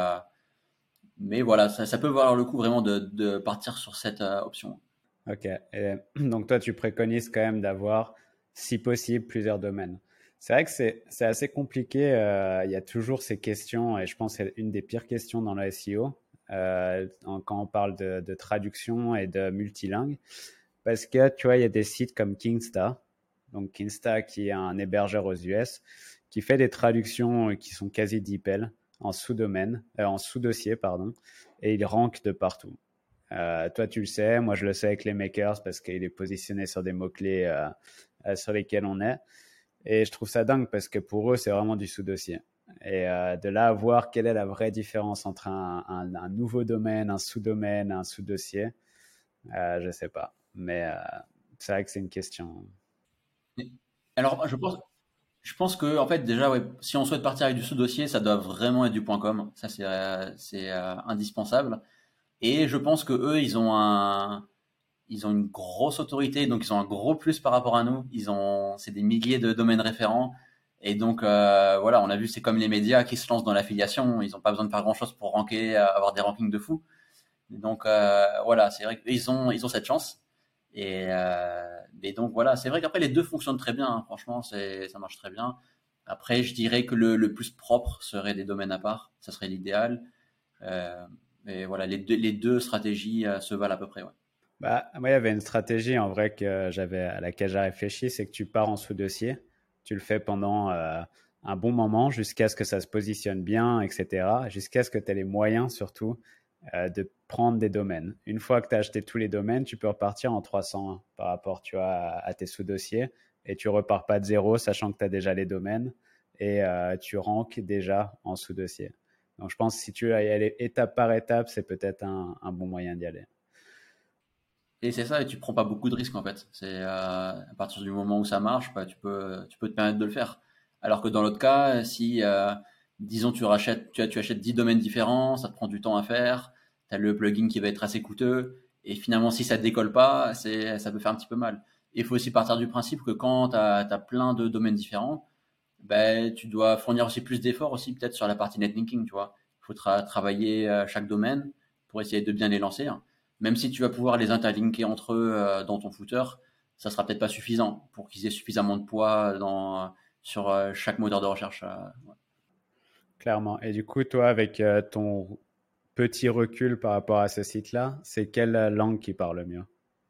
mais voilà, ça peut valoir le coup vraiment de partir sur cette option. Ok. Et donc toi, tu préconises quand même d'avoir, si possible, plusieurs domaines. C'est vrai que c'est assez compliqué. Il y a toujours ces questions, et je pense que c'est une des pires questions dans le SEO quand on parle de traduction et de multilingue. Parce que tu vois, il y a des sites comme Kingsta, donc Kingsta qui est un hébergeur aux US, qui fait des traductions qui sont quasi DeepL en sous-domaine, en sous-dossier, pardon, et il rank de partout. Toi, tu le sais, moi je le sais avec les makers parce qu'il est positionné sur des mots-clés sur lesquels on est. Et je trouve ça dingue parce que pour eux, c'est vraiment du sous-dossier. Et de là à voir quelle est la vraie différence entre un nouveau domaine, un sous-domaine, un sous-dossier, je ne sais pas. Mais c'est vrai que c'est une question. Alors, je pense que, en fait, déjà, ouais, si on souhaite partir avec du sous-dossier, ça doit vraiment être du .com. Ça, c'est indispensable. Et je pense que eux, ils ont une grosse autorité, donc ils ont un gros plus par rapport à nous. C'est des milliers de domaines référents. Et donc, voilà, on a vu, c'est comme les médias qui se lancent dans l'affiliation. Ils n'ont pas besoin de faire grand-chose pour ranker, avoir des rankings de fou. Donc, voilà, c'est vrai qu'ils ont cette chance. Et donc voilà, c'est vrai qu'après les deux fonctionnent très bien, hein. Franchement, ça marche très bien. Après, je dirais que le plus propre serait des domaines à part, ça serait l'idéal. Euh, mais voilà, les deux stratégies se valent à peu près. Ouais. Bah, moi, il y avait une stratégie en vrai à laquelle j'ai réfléchi, c'est que tu pars en sous-dossier, tu le fais pendant un bon moment jusqu'à ce que ça se positionne bien, etc. Jusqu'à ce que tu aies les moyens surtout de prendre des domaines. Une fois que tu as acheté tous les domaines, tu peux repartir en 301 par rapport tu vois, à tes sous-dossiers et tu repars pas de zéro, sachant que tu as déjà les domaines et tu ranks déjà en sous-dossier. Donc, je pense que si tu veux y aller étape par étape, c'est peut-être un bon moyen d'y aller. Et c'est ça, et tu prends pas beaucoup de risques en fait. C'est à partir du moment où ça marche, bah, tu peux te permettre de le faire. Alors que dans l'autre cas, si disons tu achètes 10 domaines différents, ça te prend du temps à faire, tu as le plugin qui va être assez coûteux, et finalement si ça décolle pas, ça peut faire un petit peu mal. Il faut aussi partir du principe que quand tu as plein de domaines différents, ben, tu dois fournir aussi plus d'efforts aussi peut-être sur la partie netlinking, tu vois. Il faut travailler chaque domaine pour essayer de bien les lancer, hein. Même si tu vas pouvoir les interlinker entre eux dans ton footer, ça sera peut-être pas suffisant pour qu'ils aient suffisamment de poids sur chaque moteur de recherche. Ouais. Clairement. Et du coup, toi, avec ton petit recul par rapport à ce site-là, c'est quelle langue qui parle le mieux?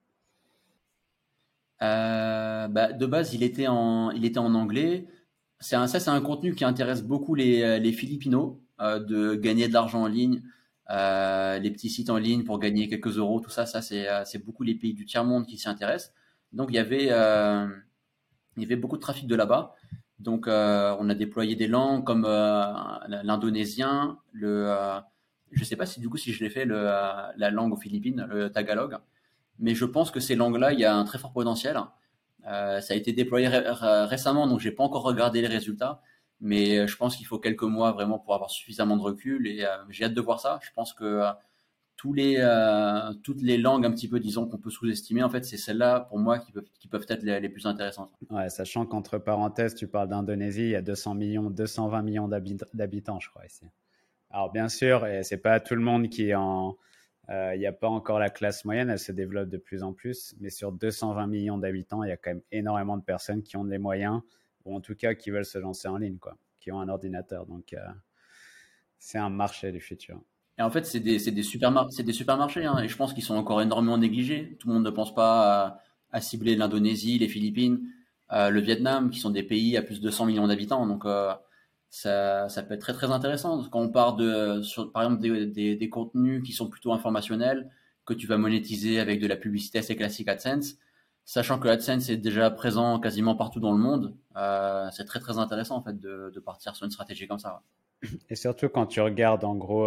Bah, de base, il était en anglais. C'est un contenu qui intéresse beaucoup les Filipinos, de gagner de l'argent en ligne, les petits sites en ligne pour gagner quelques euros, tout ça, c'est beaucoup les pays du tiers-monde qui s'y intéressent. Donc, il y avait beaucoup de trafic de là-bas. Donc, on a déployé des langues comme l'indonésien, je sais pas si du coup si je l'ai fait la langue aux Philippines, le tagalog, mais je pense que ces langues-là, il y a un très fort potentiel. Ça a été déployé récemment, donc j'ai pas encore regardé les résultats, mais je pense qu'il faut quelques mois vraiment pour avoir suffisamment de recul et j'ai hâte de voir ça. Je pense que toutes les langues un petit peu, disons, qu'on peut sous-estimer, en fait, c'est celles-là, pour moi, qui peuvent être les plus intéressantes. Ouais, sachant qu'entre parenthèses, tu parles d'Indonésie, il y a 200 millions, 220 millions d'habitants, je crois, ici. Alors, bien sûr, et c'est pas tout le monde qui est en. Il n'y a pas encore la classe moyenne, elle se développe de plus en plus, mais sur 220 millions d'habitants, il y a quand même énormément de personnes qui ont les moyens, ou en tout cas qui veulent se lancer en ligne, quoi, qui ont un ordinateur. Donc, c'est un marché du futur. Et en fait, c'est des supermarchés, hein, et je pense qu'ils sont encore énormément négligés. Tout le monde ne pense pas à cibler l'Indonésie, les Philippines, le Vietnam, qui sont des pays à plus de 100 millions d'habitants. Donc, ça peut être très très intéressant. Quand on part par exemple, des contenus qui sont plutôt informationnels, que tu vas monétiser avec de la publicité assez classique AdSense, sachant que AdSense est déjà présent quasiment partout dans le monde, c'est très très intéressant en fait de partir sur une stratégie comme ça. Et surtout quand tu regardes en gros,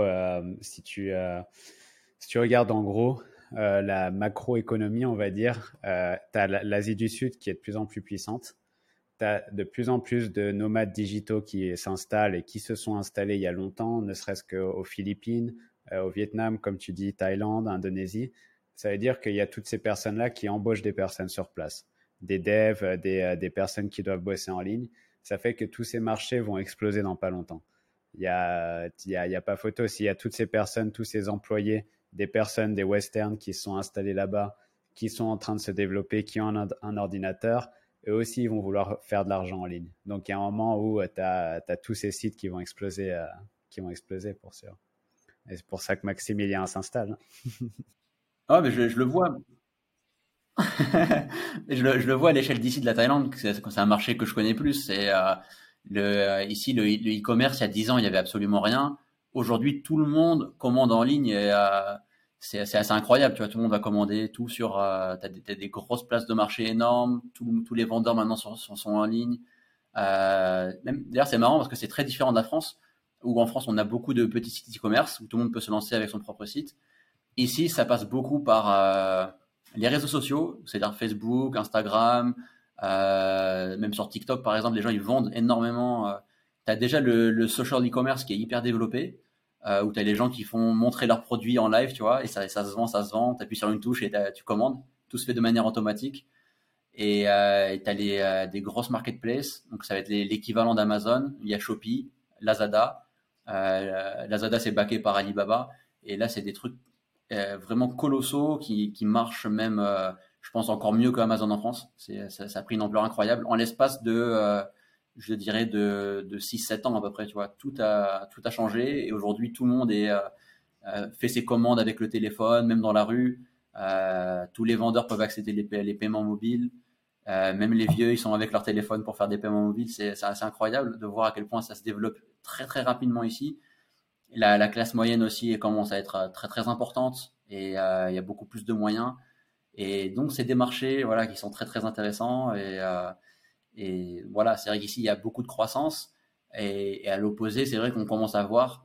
si tu regardes en gros la macroéconomie, on va dire, tu as l'Asie du Sud qui est de plus en plus puissante. Tu as de plus en plus de nomades digitaux qui s'installent et qui se sont installés il y a longtemps, ne serait-ce qu'aux Philippines, au Vietnam, comme tu dis, Thaïlande, Indonésie. Ça veut dire qu'il y a toutes ces personnes-là qui embauchent des personnes sur place, des devs, des personnes qui doivent bosser en ligne. Ça fait que tous ces marchés vont exploser dans pas longtemps. Il y a pas photo. S'il y a toutes ces personnes, tous ces employés, des personnes, des westerns qui sont installés là-bas, qui sont en train de se développer, qui ont un ordinateur, eux aussi, ils vont vouloir faire de l'argent en ligne. Donc, il y a un moment où tu as tous ces sites qui vont exploser pour sûr. Et c'est pour ça que Maximilien s'installe. Ah, mais je le vois. Je le vois à l'échelle d'ici de la Thaïlande, que c'est un marché que je connais plus. Ici, le e-commerce, il y a 10 ans, il y avait absolument rien. Aujourd'hui, tout le monde commande en ligne et c'est assez incroyable. Tu vois, tout le monde va commander tout sur. T'as des grosses places de marché énormes. Tous les vendeurs maintenant sont en ligne. D'ailleurs, c'est marrant parce que c'est très différent de la France, où en France, on a beaucoup de petits sites e-commerce où tout le monde peut se lancer avec son propre site. Ici, ça passe beaucoup par les réseaux sociaux, c'est-à-dire Facebook, Instagram, même sur TikTok par exemple, les gens ils vendent énormément. Tu as déjà le social e-commerce qui est hyper développé, où tu as les gens qui font montrer leurs produits en live, tu vois, et ça se vend, ça se vend. Tu appuies sur une touche et tu commandes. Tout se fait de manière automatique. Et tu as des grosses marketplaces, donc ça va être l'équivalent d'Amazon. Il y a Shopee, Lazada. Lazada c'est backé par Alibaba. Et là, c'est des trucs vraiment colossaux qui marchent même, je pense, encore mieux qu'Amazon en France. Ça a pris une ampleur incroyable. En l'espace je dirais, de 6-7 ans à peu près, tu vois. Tout a changé et aujourd'hui, tout le monde fait ses commandes avec le téléphone, même dans la rue. Tous les vendeurs peuvent accéder les paiements mobiles. Même les vieux, ils sont avec leur téléphone pour faire des paiements mobiles. C'est assez incroyable de voir à quel point ça se développe très très rapidement ici. La classe moyenne aussi commence à être très très importante et il y a beaucoup plus de moyens. Et donc, c'est des marchés voilà, qui sont très très intéressants. Et voilà, c'est vrai qu'ici, il y a beaucoup de croissance. Et à l'opposé, c'est vrai qu'on commence à voir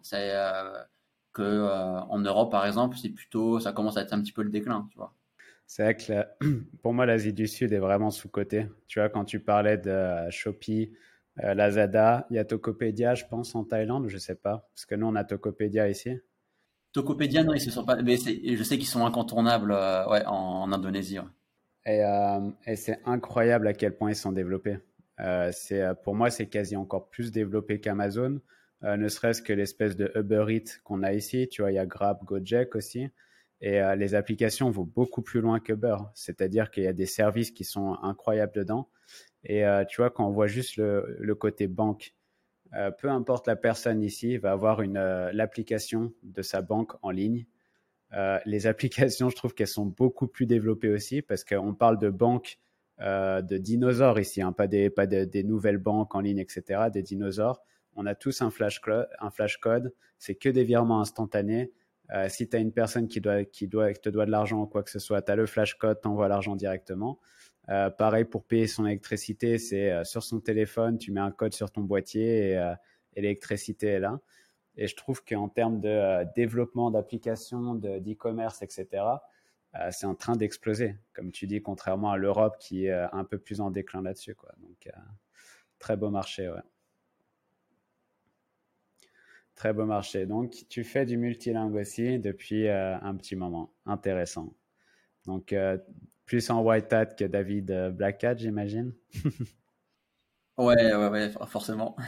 qu'en Europe, par exemple, ça commence à être un petit peu le déclin. Tu vois. C'est vrai que pour moi, l'Asie du Sud est vraiment sous-cotée. Tu vois, quand tu parlais de Shopee, Lazada, il y a Tokopedia, je pense, en Thaïlande, je sais pas. Parce que nous, on a Tokopedia ici. Tokopedia, non, ils se sont pas. Mais je sais qu'ils sont incontournables ouais, en Indonésie. Ouais. Et c'est incroyable à quel point ils sont développés. Pour moi, c'est quasi encore plus développé qu'Amazon, ne serait-ce que l'espèce de Uber Eats qu'on a ici. Tu vois, il y a Grab, Gojek aussi. Et les applications vont beaucoup plus loin qu'Uber. C'est-à-dire qu'il y a des services qui sont incroyables dedans. Et tu vois, quand on voit juste le côté banque, peu importe la personne ici, il va avoir l'application de sa banque en ligne. Les applications, je trouve qu'elles sont beaucoup plus développées aussi parce qu'on parle de banques de dinosaures ici, hein, pas des nouvelles banques en ligne, etc., des dinosaures. On a tous un flash code, c'est que des virements instantanés. Si tu as une personne qui te doit de l'argent ou quoi que ce soit, tu as le flash code, tu envoies l'argent directement. Pareil pour payer son électricité, c'est sur son téléphone, tu mets un code sur ton boîtier et l'électricité est là. Et je trouve qu'en termes de développement d'applications, d'e-commerce, etc., c'est en train d'exploser. Comme tu dis, contrairement à l'Europe qui est un peu plus en déclin là-dessus, quoi. Donc, très beau marché, ouais. Très beau marché. Donc, tu fais du multilingue aussi depuis un petit moment. Intéressant. Donc, plus en white hat que David black hat, j'imagine. Ouais, forcément.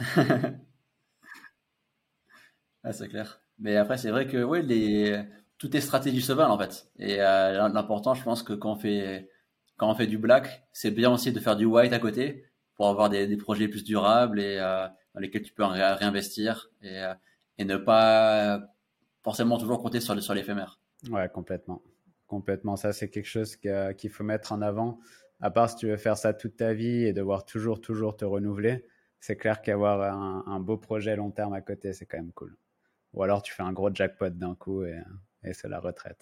Ah, c'est clair. Mais après, c'est vrai que ouais, tout est stratégie se valent en fait. Et l'important, je pense que quand on fait du black, c'est bien aussi de faire du white à côté pour avoir des projets plus durables et dans lesquels tu peux réinvestir et ne pas forcément toujours compter sur l'éphémère. Ouais, complètement. Complètement. Ça, c'est quelque chose qu'il faut mettre en avant. À part si tu veux faire ça toute ta vie et devoir toujours te renouveler, c'est clair qu'avoir un beau projet long terme à côté, c'est quand même cool. Ou alors tu fais un gros jackpot d'un coup et c'est la retraite.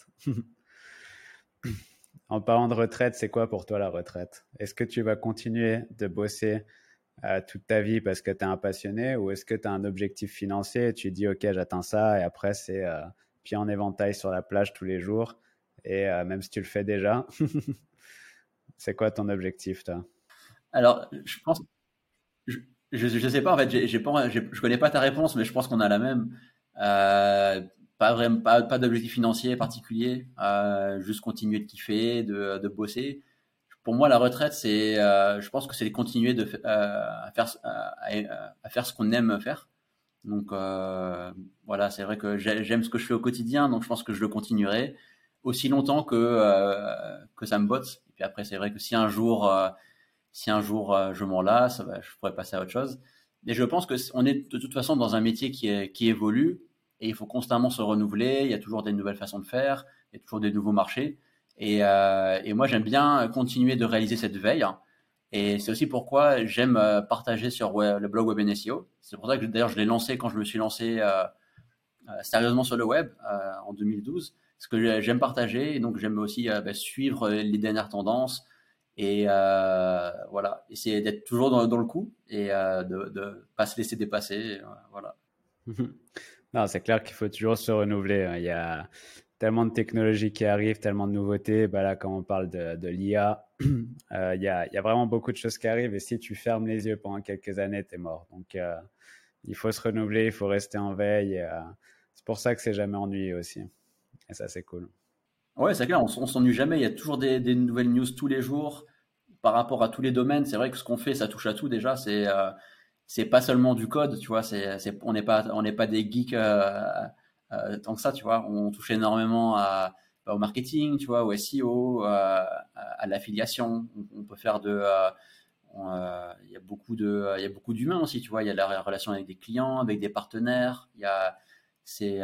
En parlant de retraite, c'est quoi pour toi la retraite? Est-ce que tu vas continuer de bosser toute ta vie parce que tu es un passionné ou est-ce que tu as un objectif financier et tu dis ok j'atteins ça et après c'est pied en éventail sur la plage tous les jours et même si tu le fais déjà, c'est quoi ton objectif toi? Alors, je pense, je, je sais pas en fait, je connais pas ta réponse, mais je pense qu'on a la même. Euh, Pas vraiment, pas d'objectif financier particulier, juste continuer de kiffer, de bosser. Pour moi, la retraite, je pense que c'est continuer à faire ce qu'on aime faire. Donc voilà, c'est vrai que j'aime ce que je fais au quotidien, donc je pense que je le continuerai aussi longtemps que ça me botte. Et puis après, c'est vrai que si un jour je m'en lasse, bah, je pourrais passer à autre chose. Mais je pense que on est de toute façon dans un métier qui évolue et il faut constamment se renouveler. Il y a toujours des nouvelles façons de faire, il y a toujours des nouveaux marchés. Et moi, j'aime bien continuer de réaliser cette veille. Et c'est aussi pourquoi j'aime partager sur le blog Web SEO. C'est pour ça que d'ailleurs je l'ai lancé quand je me suis lancé sérieusement sur le web en 2012. Parce que j'aime partager et donc j'aime aussi suivre les dernières tendances et voilà, essayer d'être toujours dans le coup et de pas se laisser dépasser. Voilà. Non, c'est clair qu'il faut toujours se renouveler, hein. Il y a tellement de technologies qui arrivent, tellement de nouveautés. Bah là, quand on parle de l'IA, il y a vraiment beaucoup de choses qui arrivent. Et si tu fermes les yeux pendant quelques années, tu es mort. Donc, il faut se renouveler, il faut rester en veille. C'est pour ça que c'est jamais ennuyé aussi. Et ça, c'est cool. Ouais, c'est clair, on s'ennuie jamais. Il y a toujours des nouvelles news tous les jours par rapport à tous les domaines. C'est vrai que ce qu'on fait, ça touche à tout déjà. C'est pas seulement du code, tu vois. On n'est pas des geeks tant que ça, tu vois. On touche énormément au marketing, tu vois, au SEO, à l'affiliation. On peut faire il y a beaucoup d'humains aussi, tu vois. Il y a la relation avec des clients, avec des partenaires. C'est,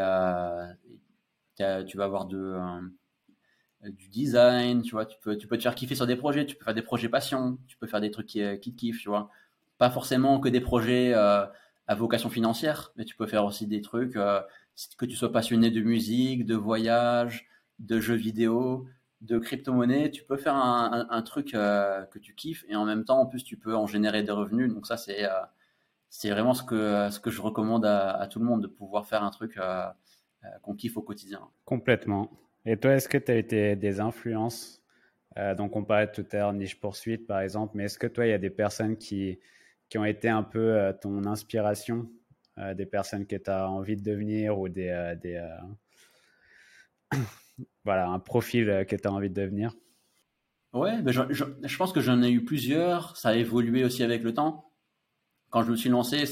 tu vas avoir du design, tu vois. Tu peux te faire kiffer sur des projets. Tu peux faire des projets passion. Tu peux faire des trucs qui te kiffent, tu vois. Pas forcément que des projets à vocation financière, mais tu peux faire aussi des trucs, que tu sois passionné de musique, de voyage, de jeux vidéo, de crypto-monnaie, tu peux faire un truc que tu kiffes et en même temps, en plus, tu peux en générer des revenus. Donc ça, c'est vraiment ce que je recommande à tout le monde, de pouvoir faire un truc qu'on kiffe au quotidien. Complètement. Et toi, est-ce que tu as été des influences? Donc, on parlait tout à l'heure niche poursuite, par exemple, mais est-ce que toi, il y a des personnes qui ont été un peu ton inspiration, des personnes que tu as envie de devenir ou voilà, un profil que tu as envie de devenir? Ouais, ben je pense que j'en ai eu plusieurs. Ça a évolué aussi avec le temps. Quand je me suis lancé,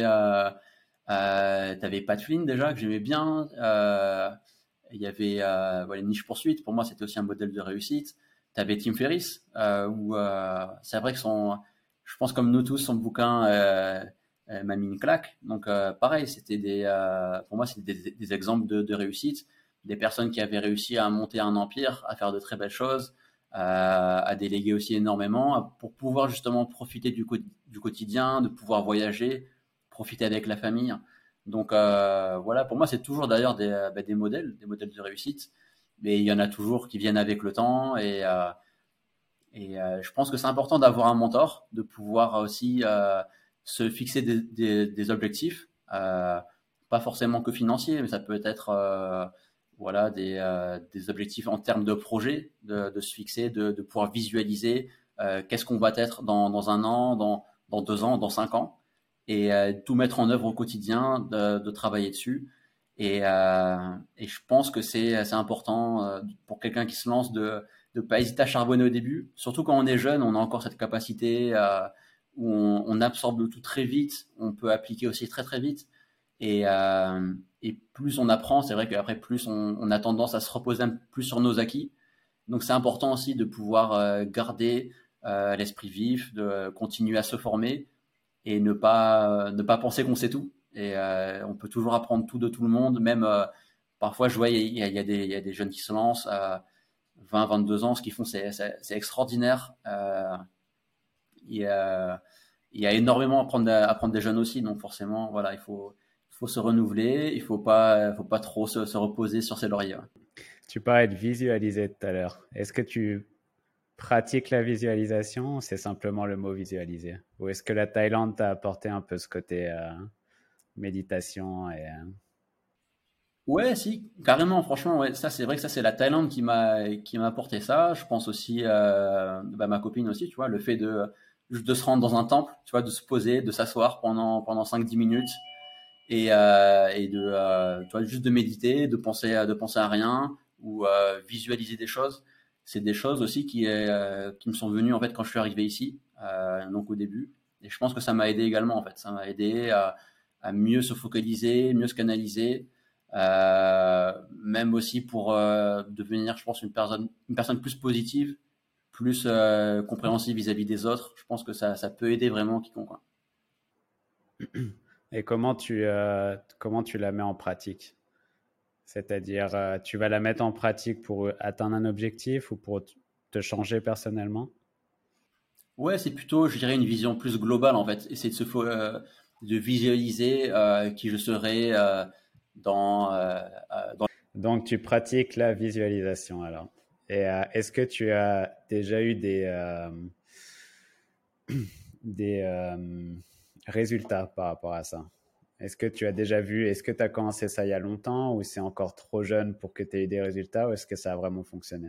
t'avais Pat Flynn déjà que j'aimais bien. Il y avait voilà, Niche Poursuite. Pour moi, c'était aussi un modèle de réussite. T'avais Tim Ferriss, où c'est vrai que je pense comme nous tous, son bouquin m'a mis une claque. Donc pareil, pour moi, c'était des exemples de réussite, des personnes qui avaient réussi à monter un empire, à faire de très belles choses, à déléguer aussi énormément, pour pouvoir justement profiter du quotidien, de pouvoir voyager, profiter avec la famille. Donc voilà, pour moi, c'est toujours d'ailleurs des modèles de réussite, mais il y en a toujours qui viennent avec le temps et je pense que c'est important d'avoir un mentor, de pouvoir aussi se fixer des objectifs, pas forcément que financiers, mais ça peut être voilà, des objectifs en termes de projet, de se fixer, de pouvoir visualiser qu'est-ce qu'on va être dans un an, dans 2 ans, dans 5 ans. et tout mettre en œuvre au quotidien, de travailler dessus. Et je pense que c'est important pour quelqu'un qui se lance de ne pas hésiter à charbonner au début. Surtout quand on est jeune, on a encore cette capacité où on absorbe le tout très vite, on peut appliquer aussi très très vite. Et plus on apprend, c'est vrai qu'après plus on a tendance à se reposer un peu plus sur nos acquis. Donc c'est important aussi de pouvoir garder l'esprit vif, de continuer à se former et ne pas penser qu'on sait tout. Et on peut toujours apprendre tout de tout le monde. Même parfois, je vois, il y a des jeunes qui se lancent à 20, 22 ans. Ce qu'ils font, c'est extraordinaire. Il y a énormément à apprendre des jeunes aussi. Donc forcément, voilà, il faut se renouveler. Il faut pas trop se reposer sur ses lauriers. Tu parlais de visualiser tout à l'heure. Est-ce que tu pratiques la visualisation ou c'est simplement le mot visualiser? Ou est-ce que la Thaïlande t'a apporté un peu ce côté méditation Ouais, si, carrément, franchement, ouais, ça c'est vrai que ça c'est la Thaïlande qui m'a apporté ça. Je pense aussi ma copine aussi, tu vois, le fait de se rendre dans un temple, tu vois, de se poser, de s'asseoir pendant 5-10 minutes et tu vois, juste de méditer, de penser à rien ou visualiser des choses. C'est des choses aussi qui me sont venues en fait quand je suis arrivé ici, donc au début. Et je pense que ça m'a aidé également en fait. Ça m'a aidé à mieux se focaliser, mieux se canaliser, même aussi pour devenir, je pense, une personne plus positive, plus compréhensive vis-à-vis des autres. Je pense que ça peut aider vraiment quiconque, quoi. et comment tu la mets en pratique? C'est-à-dire, tu vas la mettre en pratique pour atteindre un objectif ou pour te changer personnellement? Ouais, c'est plutôt, je dirais, une vision plus globale en fait. Essayer de visualiser qui je serai dans. Donc, tu pratiques la visualisation alors. Et est-ce que tu as déjà eu des résultats par rapport à ça? Est-ce que tu as déjà vu, est-ce que tu as commencé ça il y a longtemps ou c'est encore trop jeune pour que tu aies eu des résultats ou est-ce que ça a vraiment fonctionné?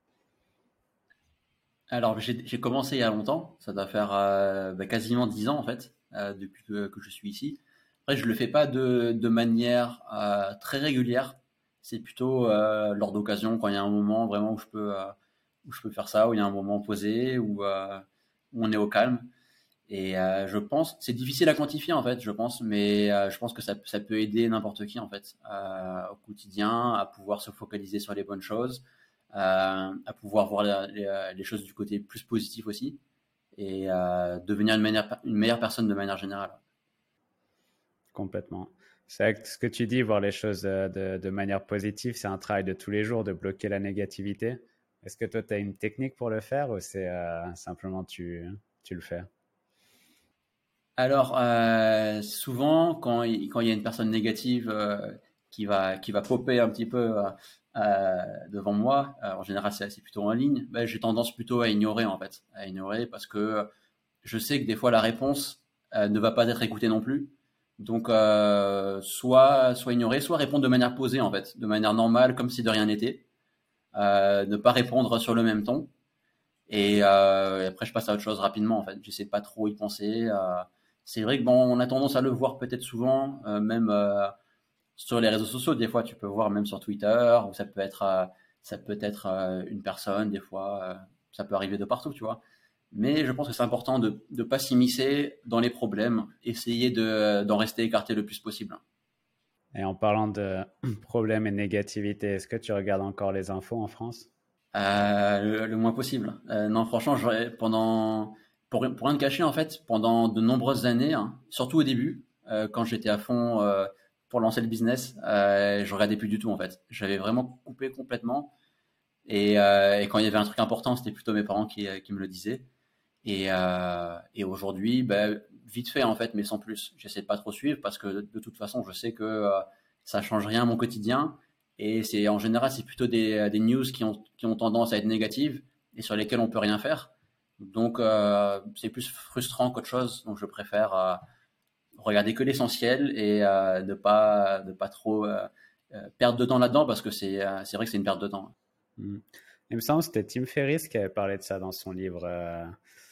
Alors, j'ai commencé il y a longtemps. Ça doit faire quasiment 10 ans en fait depuis que je suis ici. Après, je le fais pas de manière très régulière. C'est plutôt lors d'occasion quand il y a un moment vraiment où je peux faire ça, où il y a un moment posé, où on est au calme. Et je pense, c'est difficile à quantifier en fait, je pense, mais je pense que ça peut aider n'importe qui en fait au quotidien à pouvoir se focaliser sur les bonnes choses, à pouvoir voir les choses du côté plus positif aussi et devenir une meilleure personne de manière générale. Complètement. C'est vrai que ce que tu dis, voir les choses de manière positive, c'est un travail de tous les jours de bloquer la négativité. Est-ce que toi, tu as une technique pour le faire ou c'est simplement tu le fais? Alors, souvent, quand il y a une personne négative qui va popper un petit peu devant moi, en général, c'est plutôt en ligne, ben, j'ai tendance plutôt à ignorer, en fait. À ignorer parce que je sais que des fois, la réponse ne va pas être écoutée non plus. Donc, soit ignorer, soit répondre de manière posée, en fait, de manière normale, comme si de rien n'était. Ne pas répondre sur le même ton. Et après, je passe à autre chose rapidement, en fait. J'essaie de pas trop y penser. C'est vrai que bon, on a tendance à le voir peut-être souvent, même sur les réseaux sociaux. Des fois, tu peux voir même sur Twitter, ou ça peut être une personne. Des fois, ça peut arriver de partout, tu vois. Mais je pense que c'est important de ne pas s'immiscer dans les problèmes, essayer d'en rester écarté le plus possible. Et en parlant de problèmes et négativité, est-ce que tu regardes encore les infos en France? Le moins possible. Non, franchement, pour rien te cacher, en fait, pendant de nombreuses années, hein, surtout au début, quand j'étais à fond pour lancer le business, je regardais plus du tout, en fait. J'avais vraiment coupé complètement. Et quand il y avait un truc important, c'était plutôt mes parents qui me le disaient. Et aujourd'hui, ben, vite fait, en fait, mais sans plus. J'essaie de pas trop suivre parce que de toute façon, je sais que ça change rien à mon quotidien. Et en général, c'est plutôt des news qui ont tendance à être négatives et sur lesquelles on peut rien faire. Donc, c'est plus frustrant qu'autre chose. Donc, je préfère regarder que l'essentiel et ne pas trop perdre de temps là-dedans parce que c'est vrai que c'est une perte de temps. Hmm. Il me semble que c'était Tim Ferriss qui avait parlé de ça dans son livre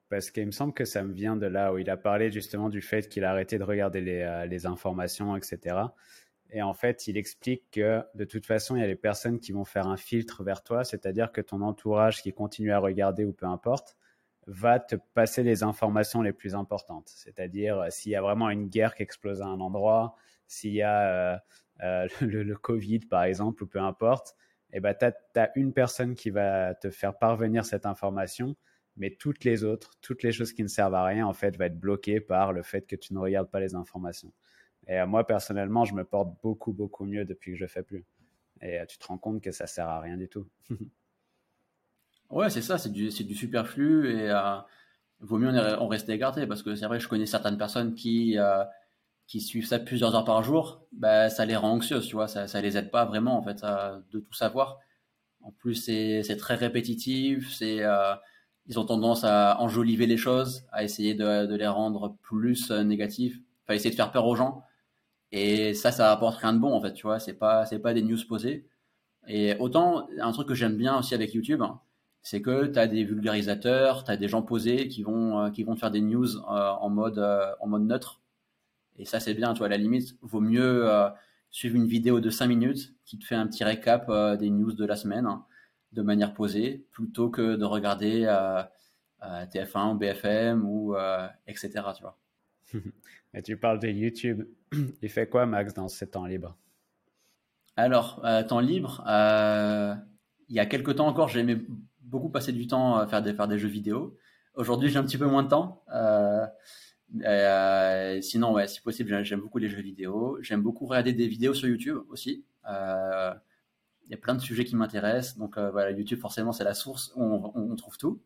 parce qu'il me semble que ça me vient de là où il a parlé justement du fait qu'il a arrêté de regarder les informations, etc. Et en fait, il explique que de toute façon, il y a les personnes qui vont faire un filtre vers toi, c'est-à-dire que ton entourage qui continue à regarder ou peu importe, va te passer les informations les plus importantes. C'est-à-dire, s'il y a vraiment une guerre qui explose à un endroit, s'il y a le Covid, par exemple, ou peu importe, eh ben, tu as une personne qui va te faire parvenir cette information, mais toutes les autres, toutes les choses qui ne servent à rien, en fait, vont être bloquées par le fait que tu ne regardes pas les informations. Et moi, personnellement, je me porte beaucoup, beaucoup mieux depuis que je ne fais plus. Et tu te rends compte que ça ne sert à rien du tout. Ouais, c'est ça, c'est du superflu et vaut mieux en rester écarté parce que c'est vrai, je connais certaines personnes qui suivent ça plusieurs heures par jour, bah, ça les rend anxieuses, tu vois, ça les aide pas vraiment en fait de tout savoir. En plus, c'est très répétitif, ils ont tendance à enjoliver les choses, à essayer de les rendre plus négatifs, enfin essayer de faire peur aux gens. Et ça apporte rien de bon en fait, tu vois, c'est pas des news posées. Et autant, un truc que j'aime bien aussi avec YouTube, hein, c'est que tu as des vulgarisateurs, tu as des gens posés qui vont te faire des news en mode neutre. Et ça, c'est bien, tu vois, à la limite, vaut mieux suivre une vidéo de 5 minutes qui te fait un petit récap des news de la semaine hein, de manière posée, plutôt que de regarder TF1 ou BFM ou etc. Tu vois. Et tu parles de YouTube. Il fait quoi, Max, dans ses temps libres? Alors, temps libre, il y a quelques temps encore, j'aimais beaucoup passer du temps à faire des jeux vidéo. Aujourd'hui, j'ai un petit peu moins de temps. Sinon, ouais, si possible, j'aime beaucoup les jeux vidéo. J'aime beaucoup regarder des vidéos sur YouTube aussi. Il y a plein de sujets qui m'intéressent. Donc voilà, YouTube, forcément, c'est la source où on trouve tout.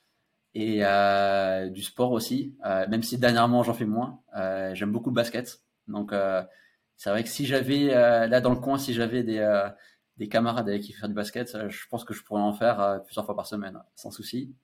Et du sport aussi, même si dernièrement, j'en fais moins. J'aime beaucoup le basket. Donc c'est vrai que si j'avais, là dans le coin, si j'avais des camarades avec qui faire du basket, je pense que je pourrais en faire plusieurs fois par semaine, sans souci.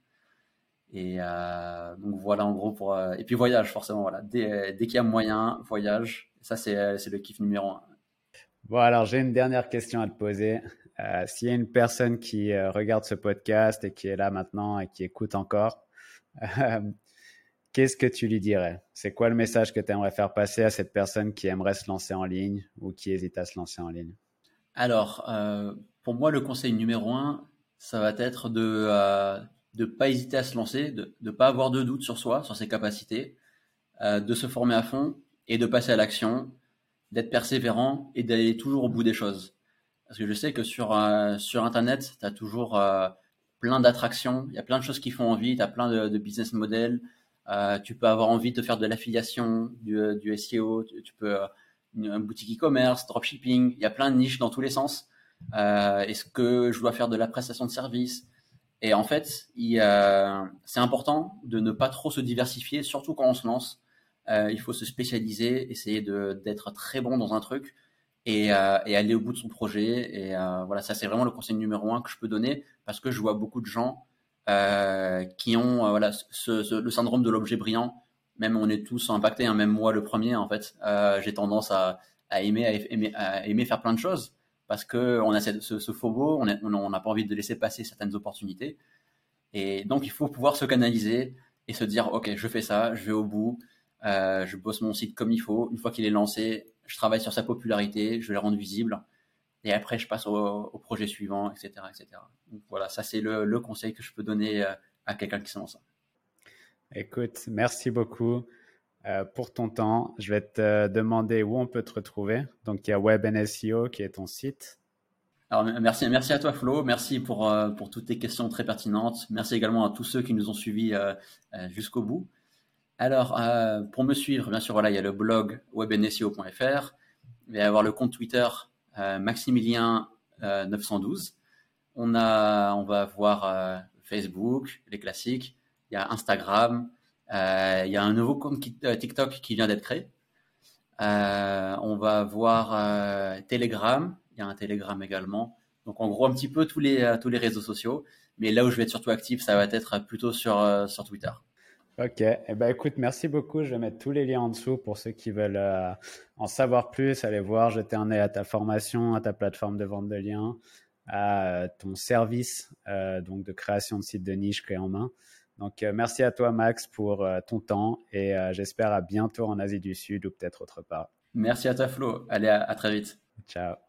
Et donc voilà en gros pour et puis voyage forcément voilà dès qu'il y a moyen voyage ça c'est le kiff numéro un. Bon, alors j'ai une dernière question à te poser. S'il y a une personne qui regarde ce podcast et qui est là maintenant et qui écoute encore, euh, qu'est-ce que tu lui dirais? C'est quoi le message que tu aimerais faire passer à cette personne qui aimerait se lancer en ligne ou qui hésite à se lancer en ligne? Alors pour moi le conseil numéro un ça va être de pas hésiter à se lancer, de pas avoir de doute sur soi, sur ses capacités, de se former à fond et de passer à l'action, d'être persévérant et d'aller toujours au bout des choses. Parce que je sais que sur Internet, tu as toujours plein d'attractions, il y a plein de choses qui font envie, tu as plein de business models, tu peux avoir envie de faire de l'affiliation, du SEO, tu peux une boutique e-commerce, dropshipping, il y a plein de niches dans tous les sens. Est-ce que je dois faire de la prestation de service? Et en fait, c'est important de ne pas trop se diversifier, surtout quand on se lance. Il faut se spécialiser, essayer d'être très bon dans un truc et aller au bout de son projet. Et voilà, ça c'est vraiment le conseil numéro un que je peux donner parce que je vois beaucoup de gens qui ont voilà le syndrome de l'objet brillant. Même on est tous impactés, hein, même moi le premier en fait. J'ai tendance à aimer faire plein de choses parce que on a ce FOMO, on n'a pas envie de laisser passer certaines opportunités. Et donc il faut pouvoir se canaliser et se dire ok, je fais ça, je vais au bout, je bosse mon site comme il faut. Une fois qu'il est lancé, je travaille sur sa popularité, je vais le rendre visible. Et après, je passe au projet suivant, etc., etc. Donc voilà, ça c'est le conseil que je peux donner à quelqu'un qui se lance. Écoute, merci beaucoup pour ton temps. Je vais te demander où on peut te retrouver. Donc, il y a Web SEO qui est ton site. Alors merci à toi Flo, merci pour toutes tes questions très pertinentes. Merci également à tous ceux qui nous ont suivis jusqu'au bout. Alors pour me suivre, bien sûr, voilà, il y a le blog webnseo.fr, il va y avoir le compte Twitter Maximilien 912. On va avoir Facebook, les classiques. Il y a Instagram. Il y a un nouveau compte TikTok qui vient d'être créé. On va avoir Telegram. Il y a un Telegram également. Donc en gros un petit peu tous les réseaux sociaux. Mais là où je vais être surtout actif, ça va être plutôt sur Twitter. Ok, eh ben, écoute, merci beaucoup. Je vais mettre tous les liens en dessous pour ceux qui veulent en savoir plus, aller voir, jeter un œil à ta formation, à ta plateforme de vente de liens, à ton service donc de création de sites de niche clé en main. Donc, merci à toi, Max, pour ton temps et j'espère à bientôt en Asie du Sud ou peut-être autre part. Merci à toi, Flo. Allez, à très vite. Ciao.